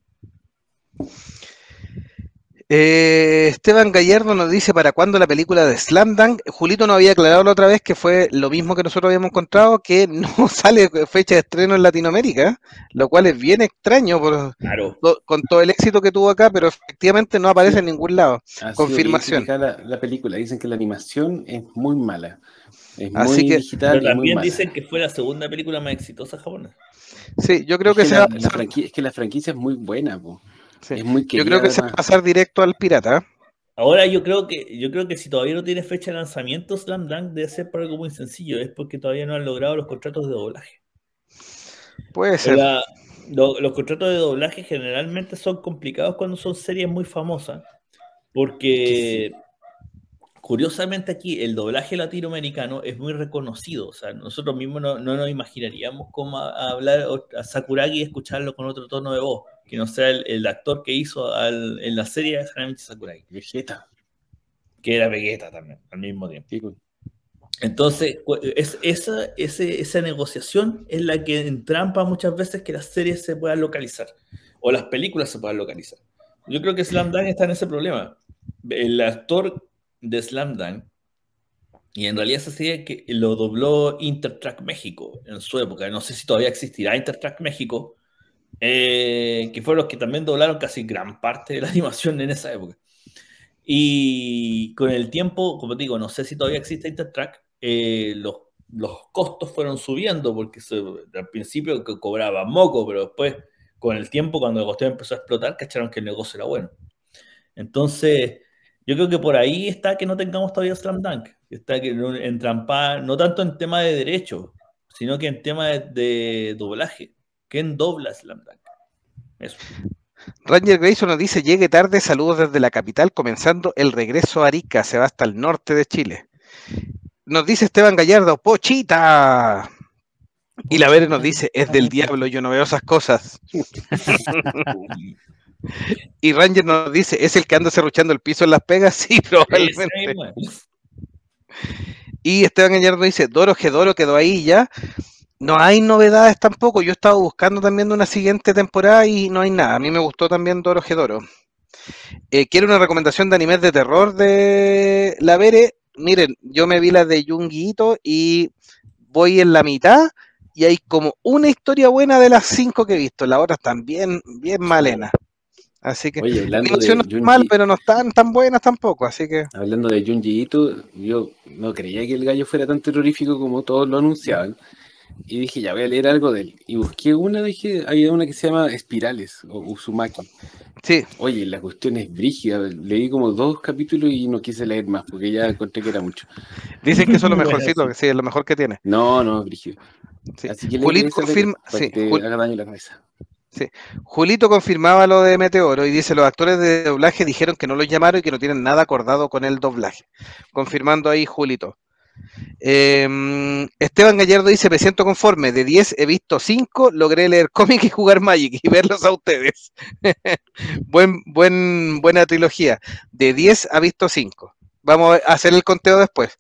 Eh, Esteban Gallardo nos dice para cuándo la película de Slam Dunk. Julito nos había aclarado la otra vez que fue lo mismo que nosotros habíamos encontrado, que no sale fecha de estreno en Latinoamérica, lo cual es bien extraño por, Claro. to, con todo el éxito que tuvo acá, pero efectivamente no aparece Sí. en ningún lado. Ha Confirmación. sido bien criticada la, la película. Dicen que la animación es muy mala. Es Así muy que, digital pero y muy también mala. dicen que fue la segunda película más exitosa japonesa. Sí, yo creo es que, que se la, va, la franquicia, es que la franquicia es muy buena, po. sí, Es muy yo querida creo que se va además. a pasar directo al pirata. Ahora yo creo que yo creo que si todavía no tiene fecha de lanzamiento Slam Dunk debe ser por algo muy sencillo, es porque todavía no han logrado los contratos de doblaje. Puede ser. La, lo, los contratos de doblaje generalmente son complicados cuando son series muy famosas, porque curiosamente aquí el doblaje latinoamericano es muy reconocido, o sea, nosotros mismos no, no nos imaginaríamos cómo a, a hablar a Sakuragi y escucharlo con otro tono de voz, que no sea el, el actor que hizo al, en la serie de Hanamichi Sakuragi. Vegeta. Que era Vegeta también, al mismo tiempo. Sí, pues. Entonces, es, esa, ese, esa negociación es la que entrampa muchas veces que las series se puedan localizar, o las películas se puedan localizar. Yo creo que Slam Dunk está en ese problema. El actor de Slam Dunk, y en realidad esa serie que lo dobló Intertrack México en su época, no sé si todavía existirá Intertrack México, eh, que fueron los que también doblaron casi gran parte de la animación en esa época. Y con el tiempo, como te digo, no sé si todavía existe Intertrack, eh, los, los costos fueron subiendo porque se, al principio co cobraba moco, pero después, con el tiempo, cuando la cuestión empezó a explotar, cacharon que el negocio era bueno. Entonces, yo creo que por ahí está que no tengamos todavía Slam Dunk, está que entrampar, no tanto en tema de derechos, sino que en tema de, de doblaje. ¿Quién dobla Slam Dunk? Eso. Ranger Grayson nos dice, llegue tarde, saludos desde la capital, comenzando el regreso a Arica, se va hasta el norte de Chile. nos dice Esteban Gallardo, Pochita. Y la Vere nos dice, es del diablo, yo no veo esas cosas. Y Ranger nos dice, ¿es el que anda serruchando el piso en Las Pegas? Sí, probablemente. Y Esteban Gallardo dice, Doro Gedoro quedó ahí ya. No hay novedades tampoco. Yo he estado buscando también de una siguiente temporada y no hay nada. A mí me gustó también Doro Gedoro. Eh, ¿Quiere una recomendación de animes de terror de la Vere? Miren, yo me vi la de Junji Ito y voy en la mitad y hay como una historia buena de las cinco que he visto. Las otras están bien, bien malenas. Así que Oye, la hablando animación de no es Junji, mala, pero no están tan buenas tampoco. Así que hablando de Junji Ito, yo no creía que el gallo fuera tan terrorífico como todos lo anunciaban. Y dije, ya voy a leer algo de él. Y busqué una, dije, había una que se llama Espirales o Uzumaki. sí, Oye, la cuestión es brígida. Leí como dos capítulos y no quise leer más porque ya encontré que era mucho. dicen que eso es lo Bueno, mejorcito, sí. que sí, es lo mejor que tiene. No, no, brígido. Sí. Así que Julito léete esa confirma, para sí, que te Jul- haga daño la cabeza. sí. Julito confirmaba lo de Meteoro y dice, los actores de doblaje dijeron que no los llamaron y que no tienen nada acordado con el doblaje. Confirmando ahí Julito. Eh, Esteban Gallardo dice, me siento conforme, de diez he visto cinco, logré leer cómic y jugar Magic y verlos a ustedes. buen, buen, buena trilogía. De diez ha visto cinco. Vamos a hacer el conteo después.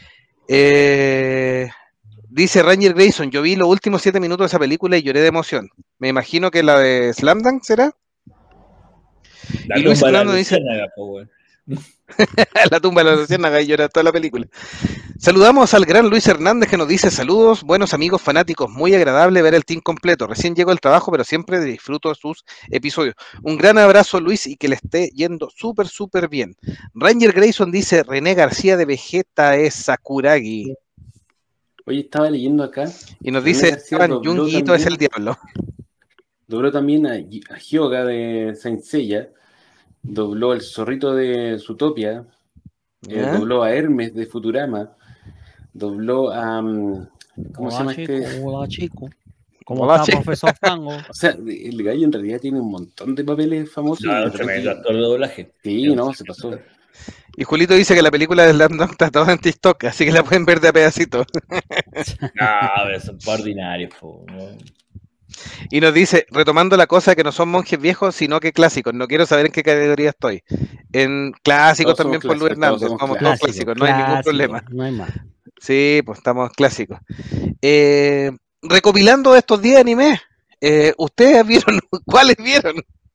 Eh, dice Ranger Grayson, yo vi los últimos siete minutos de esa película y lloré de emoción. Me imagino que la de Slam Dunk será. La Y Luis tumba de la Hernando dice, luciérnaga, po, weón. la tumba de la luciérnaga y llora toda la película. Saludamos al gran Luis Hernández que nos dice saludos, buenos amigos fanáticos, muy agradable ver el team completo. Recién llego al trabajo, pero siempre disfruto sus episodios. Un gran abrazo, Luis, y que le esté yendo súper, súper bien. Ranger Grayson dice, René García de Vegeta es Sakuragi. Oye, estaba leyendo acá. Y nos René dice, García Esteban, dobló Junji Ito es también, el diablo. dobló también a, a Hyoga de Saint Seiya, dobló el zorrito de Zootopia, eh, ¿Ya? dobló a Hermes de Futurama, dobló a... um, ¿cómo se Hola, llama chico, este? hola, chico. ¿Cómo Hola, está, che. profesor Fango? O sea, el gallo en realidad tiene un montón de papeles famosos y No, de un tremendo repente... actor de doblaje. Sí, no, se pasó. Y Julito dice que la película de Slam Dunk está toda en TikTok, así que la pueden ver de a pedacitos. No, pero son ordinarios, po, weón. Y nos dice, retomando la cosa que no son monjes viejos, sino que clásicos. No quiero saber en qué categoría estoy. En clásicos Todos somos también por Luis clásicos, todos Hernández. somos Somos todos clásicos. Clásico, clásicos, no hay ningún clásico, problema. no hay más. Sí, pues estamos clásicos. Eh, recopilando estos diez animes, eh, ¿ustedes vieron? ¿Cuáles vieron?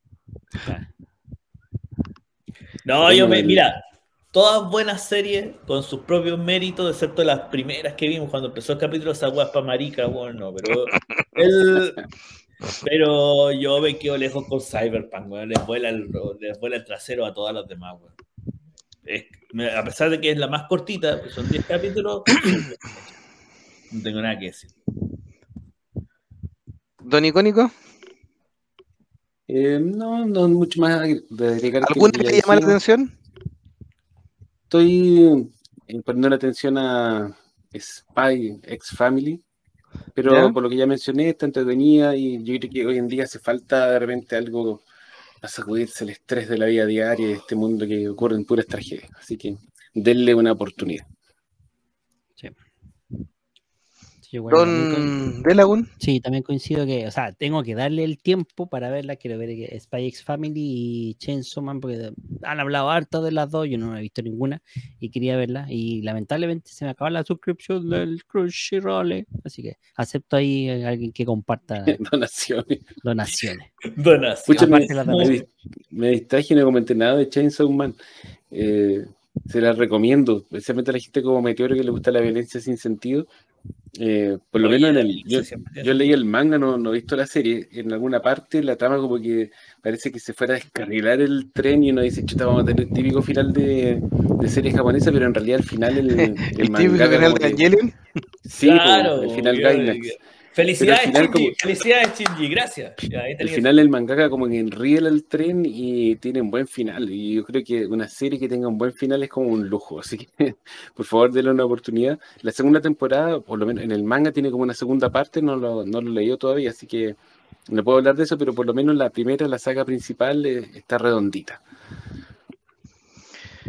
No, Bueno, yo me, el- mira, todas buenas series con sus propios méritos, excepto las primeras que vimos cuando empezó el capítulo, esa weá pa' marica, bueno, no, pero el, pero yo me quedo lejos con Cyberpunk, weón, les vuela el, les vuela el trasero a todas las demás, weón. Es- me- a pesar de que es la más cortita, pues son diez capítulos, súper hecha. No tengo nada que decir. ¿Don Icónico? eh, no, no mucho más de agregar que lo ¿Alguna que que ya te llama la dijimos. atención? Estoy eh, poniendo la atención a Spy X Family, pero ¿Ya? por lo que ya mencioné, está entretenida y yo creo que hoy en día hace falta de repente algo a sacudirse el estrés de la vida diaria y de este mundo que ocurre en puras tragedias. Así que denle una oportunidad. Sí. Sí, igual también co- ¿Don Delagun? sí, también coincido que, o sea, tengo que darle el tiempo para verla. Quiero ver que Spy X Family y Chainsaw Man, porque han hablado harto de las dos, yo no he visto ninguna y quería verla. Y lamentablemente se me acaba la suscripción del Crunchyroll, así que acepto ahí a alguien que comparta Donaciones. donaciones. Donación. Pucha, me, Aparte de las me, donaciones. dis- me distraje y no comenté nada de Chainsaw Man. Eh, se la recomiendo, especialmente a la gente como Meteoro que le gusta la violencia sin sentido. Eh, por lo Oye, menos en la el. Yo, violencia siempre yo es- leí el manga, no, no he visto la serie. En alguna parte la trama como que parece que se fuera a descarrilar el tren y uno dice, chuta, vamos a tener el típico final de, de serie japonesa, pero en realidad al final el, el ¿El típico mangaka final como de que. Evangelion? Sí, po, Claro, el final yo- Gainax. Pero al felicidades, final como. Shinji, felicidades, Shinji, gracias. Ya, ahí Al tenía final el mangaka como que enriela el tren y tiene un buen final. Y yo creo que una serie que tenga un buen final es como un lujo. Así que por favor denle una oportunidad. La segunda temporada, por lo menos en el manga, tiene como una segunda parte, no lo, no lo he leído todavía, así que no puedo hablar de eso, pero por lo menos la primera, la saga principal, eh, está redondita.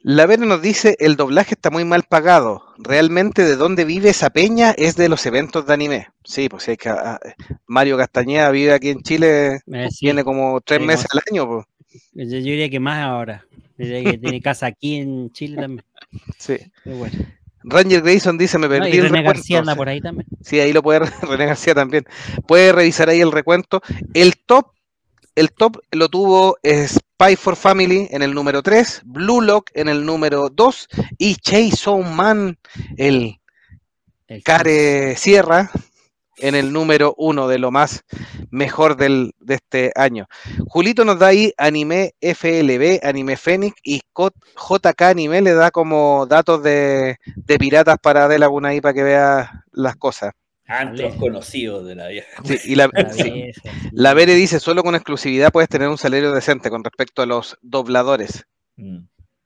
La Vera nos dice, el doblaje está muy mal pagado. Realmente de dónde vive esa peña es de los eventos de anime. Sí, pues es que ah, Mario Castañeda vive aquí en Chile, Eh, sí, viene como tres sí, meses como- al año. Pues. Yo, yo diría que más ahora. Yo diría que tiene casa aquí en Chile también. Sí. Pero bueno. Ranger Grayson dice, me No, perdí y el René recuento. García anda por ahí también. Sí, ahí lo puede René García también. Puede revisar ahí el recuento. El top, el top lo tuvo Spy for Family en el número tres, Blue Lock en el número dos y Chainsaw Man, el, El Care Sierra, en el número uno de lo más mejor del, de este año. Julito nos da ahí Anime F L B, Anime Fénix y J K Anime le da como datos de, de piratas para de Laguna ahí para que vea las cosas. Antros conocidos de la vieja. Sí, y la, La sí. vieja, sí. La Bere dice, solo con exclusividad puedes tener un salario decente con respecto a los dobladores. Mm.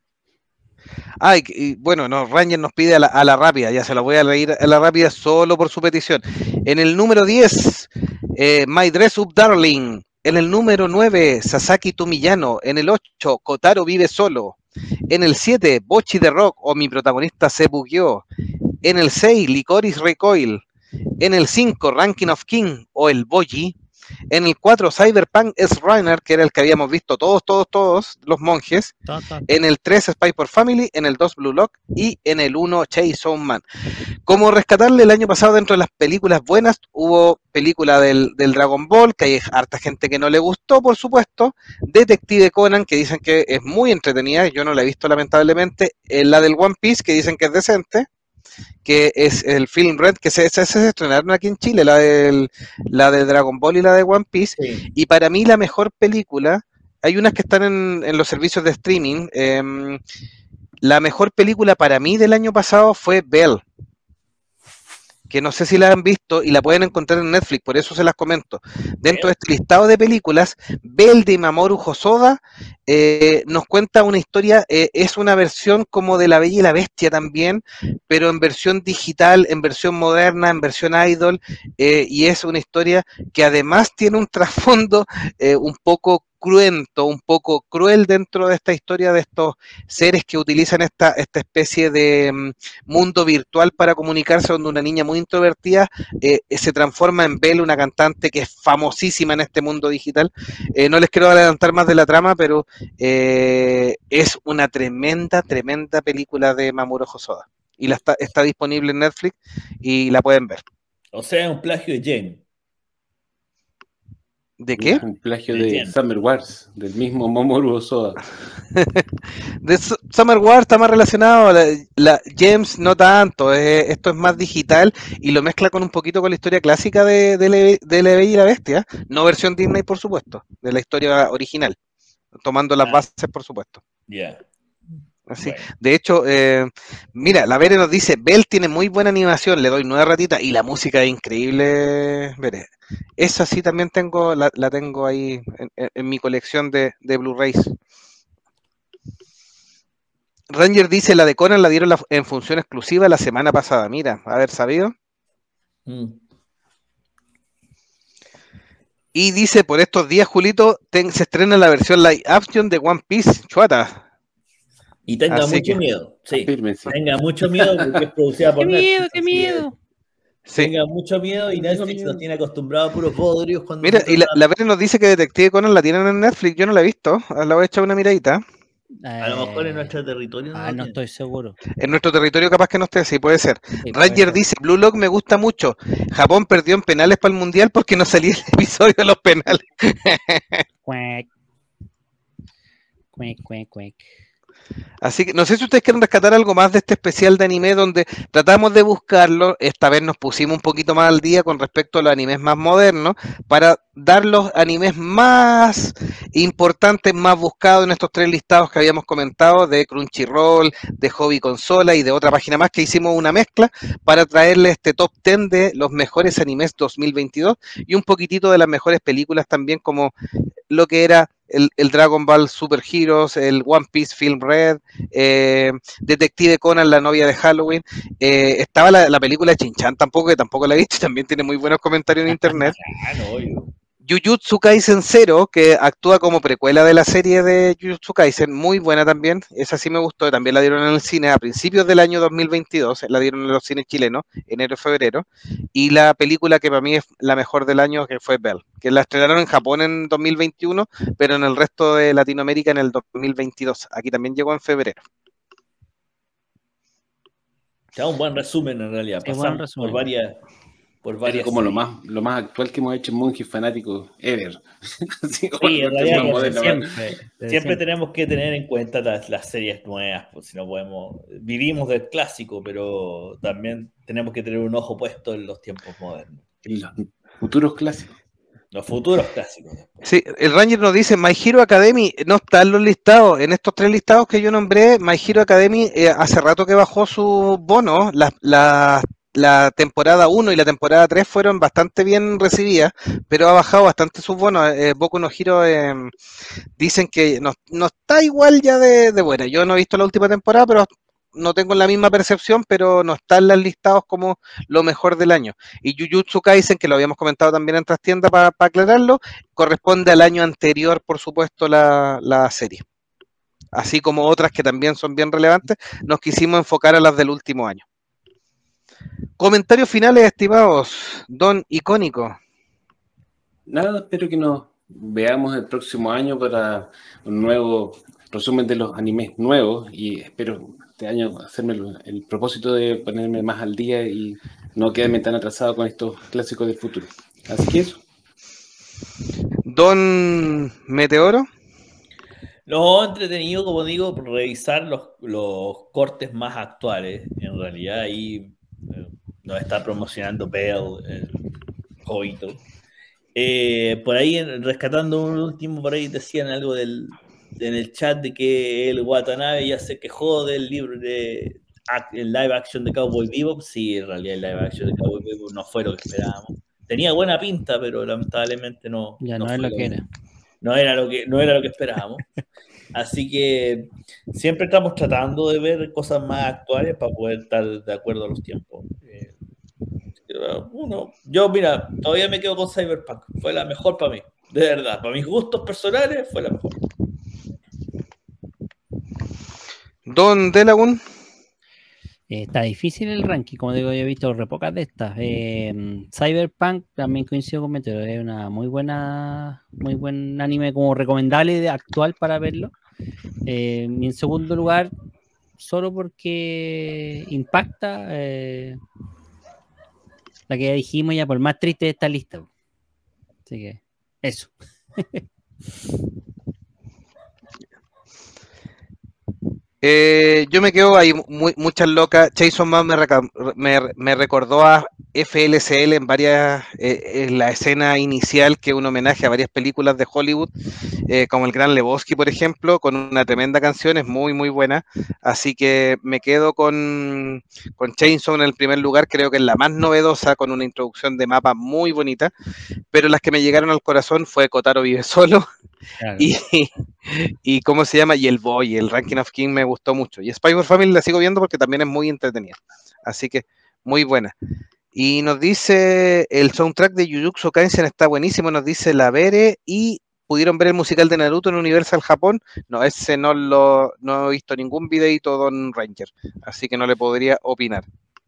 Ah, y, y bueno, no, Ranger nos pide a la, a la rápida, ya se lo voy a leer a la rápida solo por su petición. En el número diez, eh, My Dress Up Darling. En el número nueve, Sasaki Tomiyano. En el ocho, Kotaro vive solo. En el siete, Bochi de Rock o Mi protagonista se bugueó. En el seis, Licorice Recoil. En el cinco, Ranking of King o el Boji. En el cuatro, Cyberpunk S Runner, que era el que habíamos visto todos, todos, todos los monjes. Todo, todo. En el tres, Spy for Family. En el dos, Blue Lock. Y en el uno, Chainsaw Man. Como rescatarle el año pasado dentro de las películas buenas, hubo película del, del Dragon Ball, que hay harta gente que no le gustó, por supuesto. Detective Conan, que dicen que es muy entretenida, yo no la he visto lamentablemente. Eh, la del One Piece, que dicen que es decente. Que es el Film Red, que se, se, se estrenaron aquí en Chile, la, del, la de Dragon Ball y la de One Piece. Sí. Y para mí la mejor película, hay unas que están en, en los servicios de streaming. Eh, la mejor película para mí del año pasado fue Belle, que no sé si la han visto y la pueden encontrar en Netflix, por eso se las comento. Dentro de este listado de películas, Belle de Mamoru Hosoda eh, nos cuenta una historia, eh, es una versión como de La Bella y la Bestia también, pero en versión digital, en versión moderna, en versión idol, eh, y es una historia que además tiene un trasfondo eh, un poco cruento, un poco cruel dentro de esta historia de estos seres que utilizan esta, esta especie de um, mundo virtual para comunicarse, donde una niña muy introvertida eh, se transforma en Belle, una cantante que es famosísima en este mundo digital. Eh, no les quiero adelantar más de la trama, pero eh, es una tremenda, tremenda película de Mamoru Hosoda. Y la está, está disponible en Netflix y la pueden ver. O sea, un plagio de Jen. ¿De qué? Un plagio De de, Jen. Summer Wars, del mismo Mamoru Hosoda. De Summer Wars está más relacionado, la, la James no tanto, eh, esto es más digital y lo mezcla con un poquito con la historia clásica de, de, Le, de La Bella y la Bestia, no versión Disney por supuesto, de la historia original, tomando las Ah. bases por supuesto. Ya. Yeah. Así, Bueno. de hecho, eh, mira, la Bere nos dice, Belle tiene muy buena animación, le doy nueve ratitas y la música es increíble, Bere. Esa sí también tengo, la, la tengo ahí en, en, en mi colección de, de Blu-rays. Ranger dice, la de Conan la dieron la, en función exclusiva la semana pasada, mira, haber sabido. Mm. Y dice, por estos días, Julito, ten, se estrena la versión live action de One Piece, chuata. Y tenga Así mucho que, miedo, sí. Afírmense. Tenga mucho miedo porque es producida por ¡Qué Netflix. miedo, qué miedo! Sí. Tenga mucho miedo y Netflix nos tiene acostumbrados a puros bodrios. Cuando Mira, y la, la Bere nos dice que Detective Conan la tienen en Netflix, yo no la he visto, la voy a echar una miradita. A lo mejor en nuestro territorio no Ah, lo no tienen. estoy seguro. En nuestro territorio capaz que no esté así, puede ser. Sí, Ranger puede ser. dice, Blue Lock me gusta mucho. Japón perdió en penales para el Mundial porque no salía el episodio de los penales. Cuec. Cuec, cuec, cuec. Así que no sé si ustedes quieren rescatar algo más de este especial de anime donde tratamos de buscarlo. Esta vez nos pusimos un poquito más al día con respecto a los animes más modernos para dar los animes más importantes, más buscados en estos tres listados que habíamos comentado de Crunchyroll, de Hobby Consola y de otra página más que hicimos una mezcla para traerle este top diez de los mejores animes dos mil veintidós y un poquitito de las mejores películas también como lo que era El, el Dragon Ball Super Heroes, el One Piece Film Red, eh, Detective Conan, la novia de Halloween, eh, estaba la, la película de Chin-Chan tampoco, que tampoco la he visto, también tiene muy buenos comentarios en internet. Ah, no, yo. Jujutsu Kaisen Zero, que actúa como precuela de la serie de Jujutsu Kaisen, muy buena también, esa sí me gustó, también la dieron en el cine a principios del año dos mil veintidós, la dieron en los cines chilenos, enero y febrero, y la película que para mí es la mejor del año, que fue Bell, que la estrenaron en Japón en dos mil veintiuno, pero en el resto de Latinoamérica en el dos mil veintidós, aquí también llegó en febrero. Te da un buen resumen en realidad, Sí, pasamos buen resumen. por varias... Por varias es como lo más, lo más actual que hemos hecho en Monjes Fanáticos ever. Sí, en realidad, moderno, siempre, siempre, siempre tenemos que tener en cuenta las, las series nuevas, pues si no podemos, vivimos del clásico, pero también tenemos que tener un ojo puesto en los tiempos modernos. En los futuros clásicos. Los futuros clásicos. Después. Sí, el Ranger nos dice, My Hero Academy no está en los listados, en estos tres listados que yo nombré, My Hero Academy eh, hace rato que bajó su bono, las la, la temporada uno y la temporada tres fueron bastante bien recibidas, pero ha bajado bastante sus bonos. eh, Boku no Hero eh, dicen que no, no está igual ya de, de buena. Yo no he visto la última temporada, pero no tengo la misma percepción, pero no está en los listados como lo mejor del año. Y Jujutsu Kaisen, que lo habíamos comentado también en Trastienda para pa aclararlo, corresponde al año anterior, por supuesto, la, la serie. Así como otras que también son bien relevantes, nos quisimos enfocar a las del último año. Comentarios finales, estimados, Don Icónico. Nada, espero que nos veamos el próximo año para un nuevo resumen de los animes nuevos y espero este año hacerme el, el propósito de ponerme más al día y no quedarme tan atrasado con estos clásicos del futuro. Así que eso. Don Meteoro. Lo entretenido, como digo, revisar los, los cortes más actuales. En realidad ahí eh, nos está promocionando Bell, el Jovito. Eh, por ahí, rescatando un último, por ahí decían algo del, en el chat de que el Watanabe ya se quejó del libro de el live action de Cowboy Bebop. Sí, en realidad el live action de Cowboy Bebop no fue lo que esperábamos. Tenía buena pinta, pero lamentablemente no, ya no, no es lo lo que era. No era lo que, no era lo que esperábamos. Así que siempre estamos tratando de ver cosas más actuales para poder estar de acuerdo a los tiempos. Eh, uno, yo, mira, todavía me quedo con Cyberpunk. Fue la mejor para mí, de verdad. Para mis gustos personales, fue la mejor. Don Delagun. Eh, está difícil el ranking, como digo, yo he visto re pocas de estas. Eh, Cyberpunk, también coincido con Meteoro, es una muy buena, muy buen anime como recomendable de actual para verlo. Eh, y en segundo lugar, solo porque impacta eh, la que ya dijimos ya por más triste de esta lista. Así que eso. Eh, yo me quedo ahí muy, muchas locas. Chainsaw Man me, me, me recordó a F L C L en varias, eh, en la escena inicial, que es un homenaje a varias películas de Hollywood, eh, como El Gran Lebowski, por ejemplo, con una tremenda canción, es muy, muy buena. Así que me quedo con, con Chainsaw en el primer lugar, creo que es la más novedosa, con una introducción de mapa muy bonita, pero las que me llegaron al corazón fue Kotaro Vive Solo. Claro. Y, y cómo se llama, y el Boy, el Ranking of King me gustó mucho, y Spy X Family la sigo viendo porque también es muy entretenida, así que muy buena. Y nos dice el soundtrack de Jujutsu Kaisen está buenísimo, nos dice la Bere. Y pudieron ver el musical de Naruto en Universal Japón. No, ese no lo no he visto ningún videito, Don Ranger, así que no le podría opinar.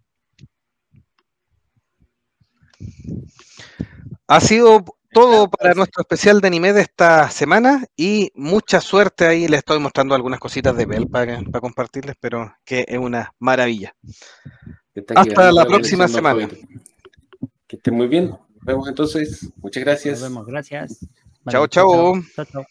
Ha sido todo para nuestro especial de anime de esta semana y mucha suerte ahí. Les estoy mostrando algunas cositas de Bell para, para compartirles, pero que es una maravilla. Hasta la próxima semana. Que estén muy bien. Nos vemos entonces. Muchas gracias. Nos vemos, gracias. Chao, chao. Chao, chao.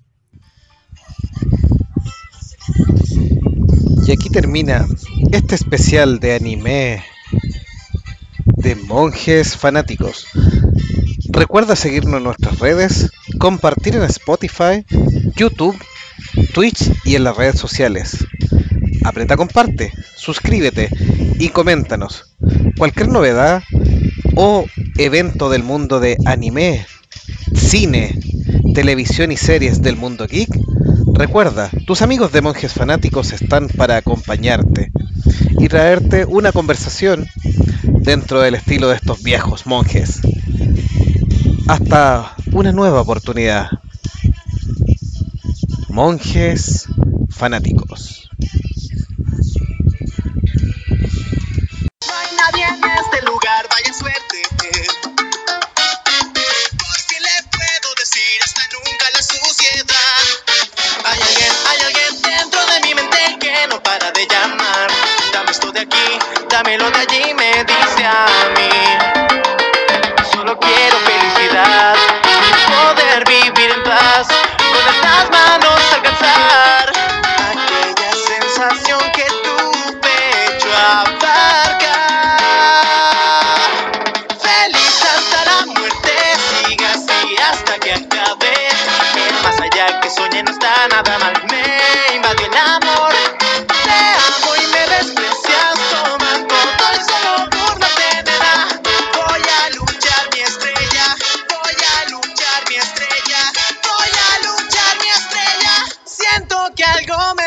Y aquí termina este especial de anime de Monjes Fanáticos. Recuerda seguirnos en nuestras redes, compartir en Spotify, YouTube, Twitch y en las redes sociales. Aprieta comparte, suscríbete y coméntanos cualquier novedad o evento del mundo de anime, cine, televisión y series del mundo geek. Recuerda, tus amigos de Monjes Fanáticos están para acompañarte y traerte una conversación dentro del estilo de estos viejos monjes. Hasta una nueva oportunidad. Monjes fanáticos. No hay nadie en este lugar, vaya suerte. Por fin le puedo decir hasta nunca la suciedad. Hay alguien, hay alguien dentro de mi mente que no para de llamar. Dame esto de aquí, dámelo de allí, me dice a mí. Solo quiero felicidad y poder vivir en paz, con las manos alcanzar aquella sensación que tu pecho abarca. Feliz hasta la muerte, siga así hasta que acabe. El más allá que soñé no está nada mal, me invadió el amor. Te amo y me desprecias, toma todo y solo búrlate de nada. Voy a luchar mi estrella, voy a luchar mi estrella, voy a luchar mi estrella. Siento que algo me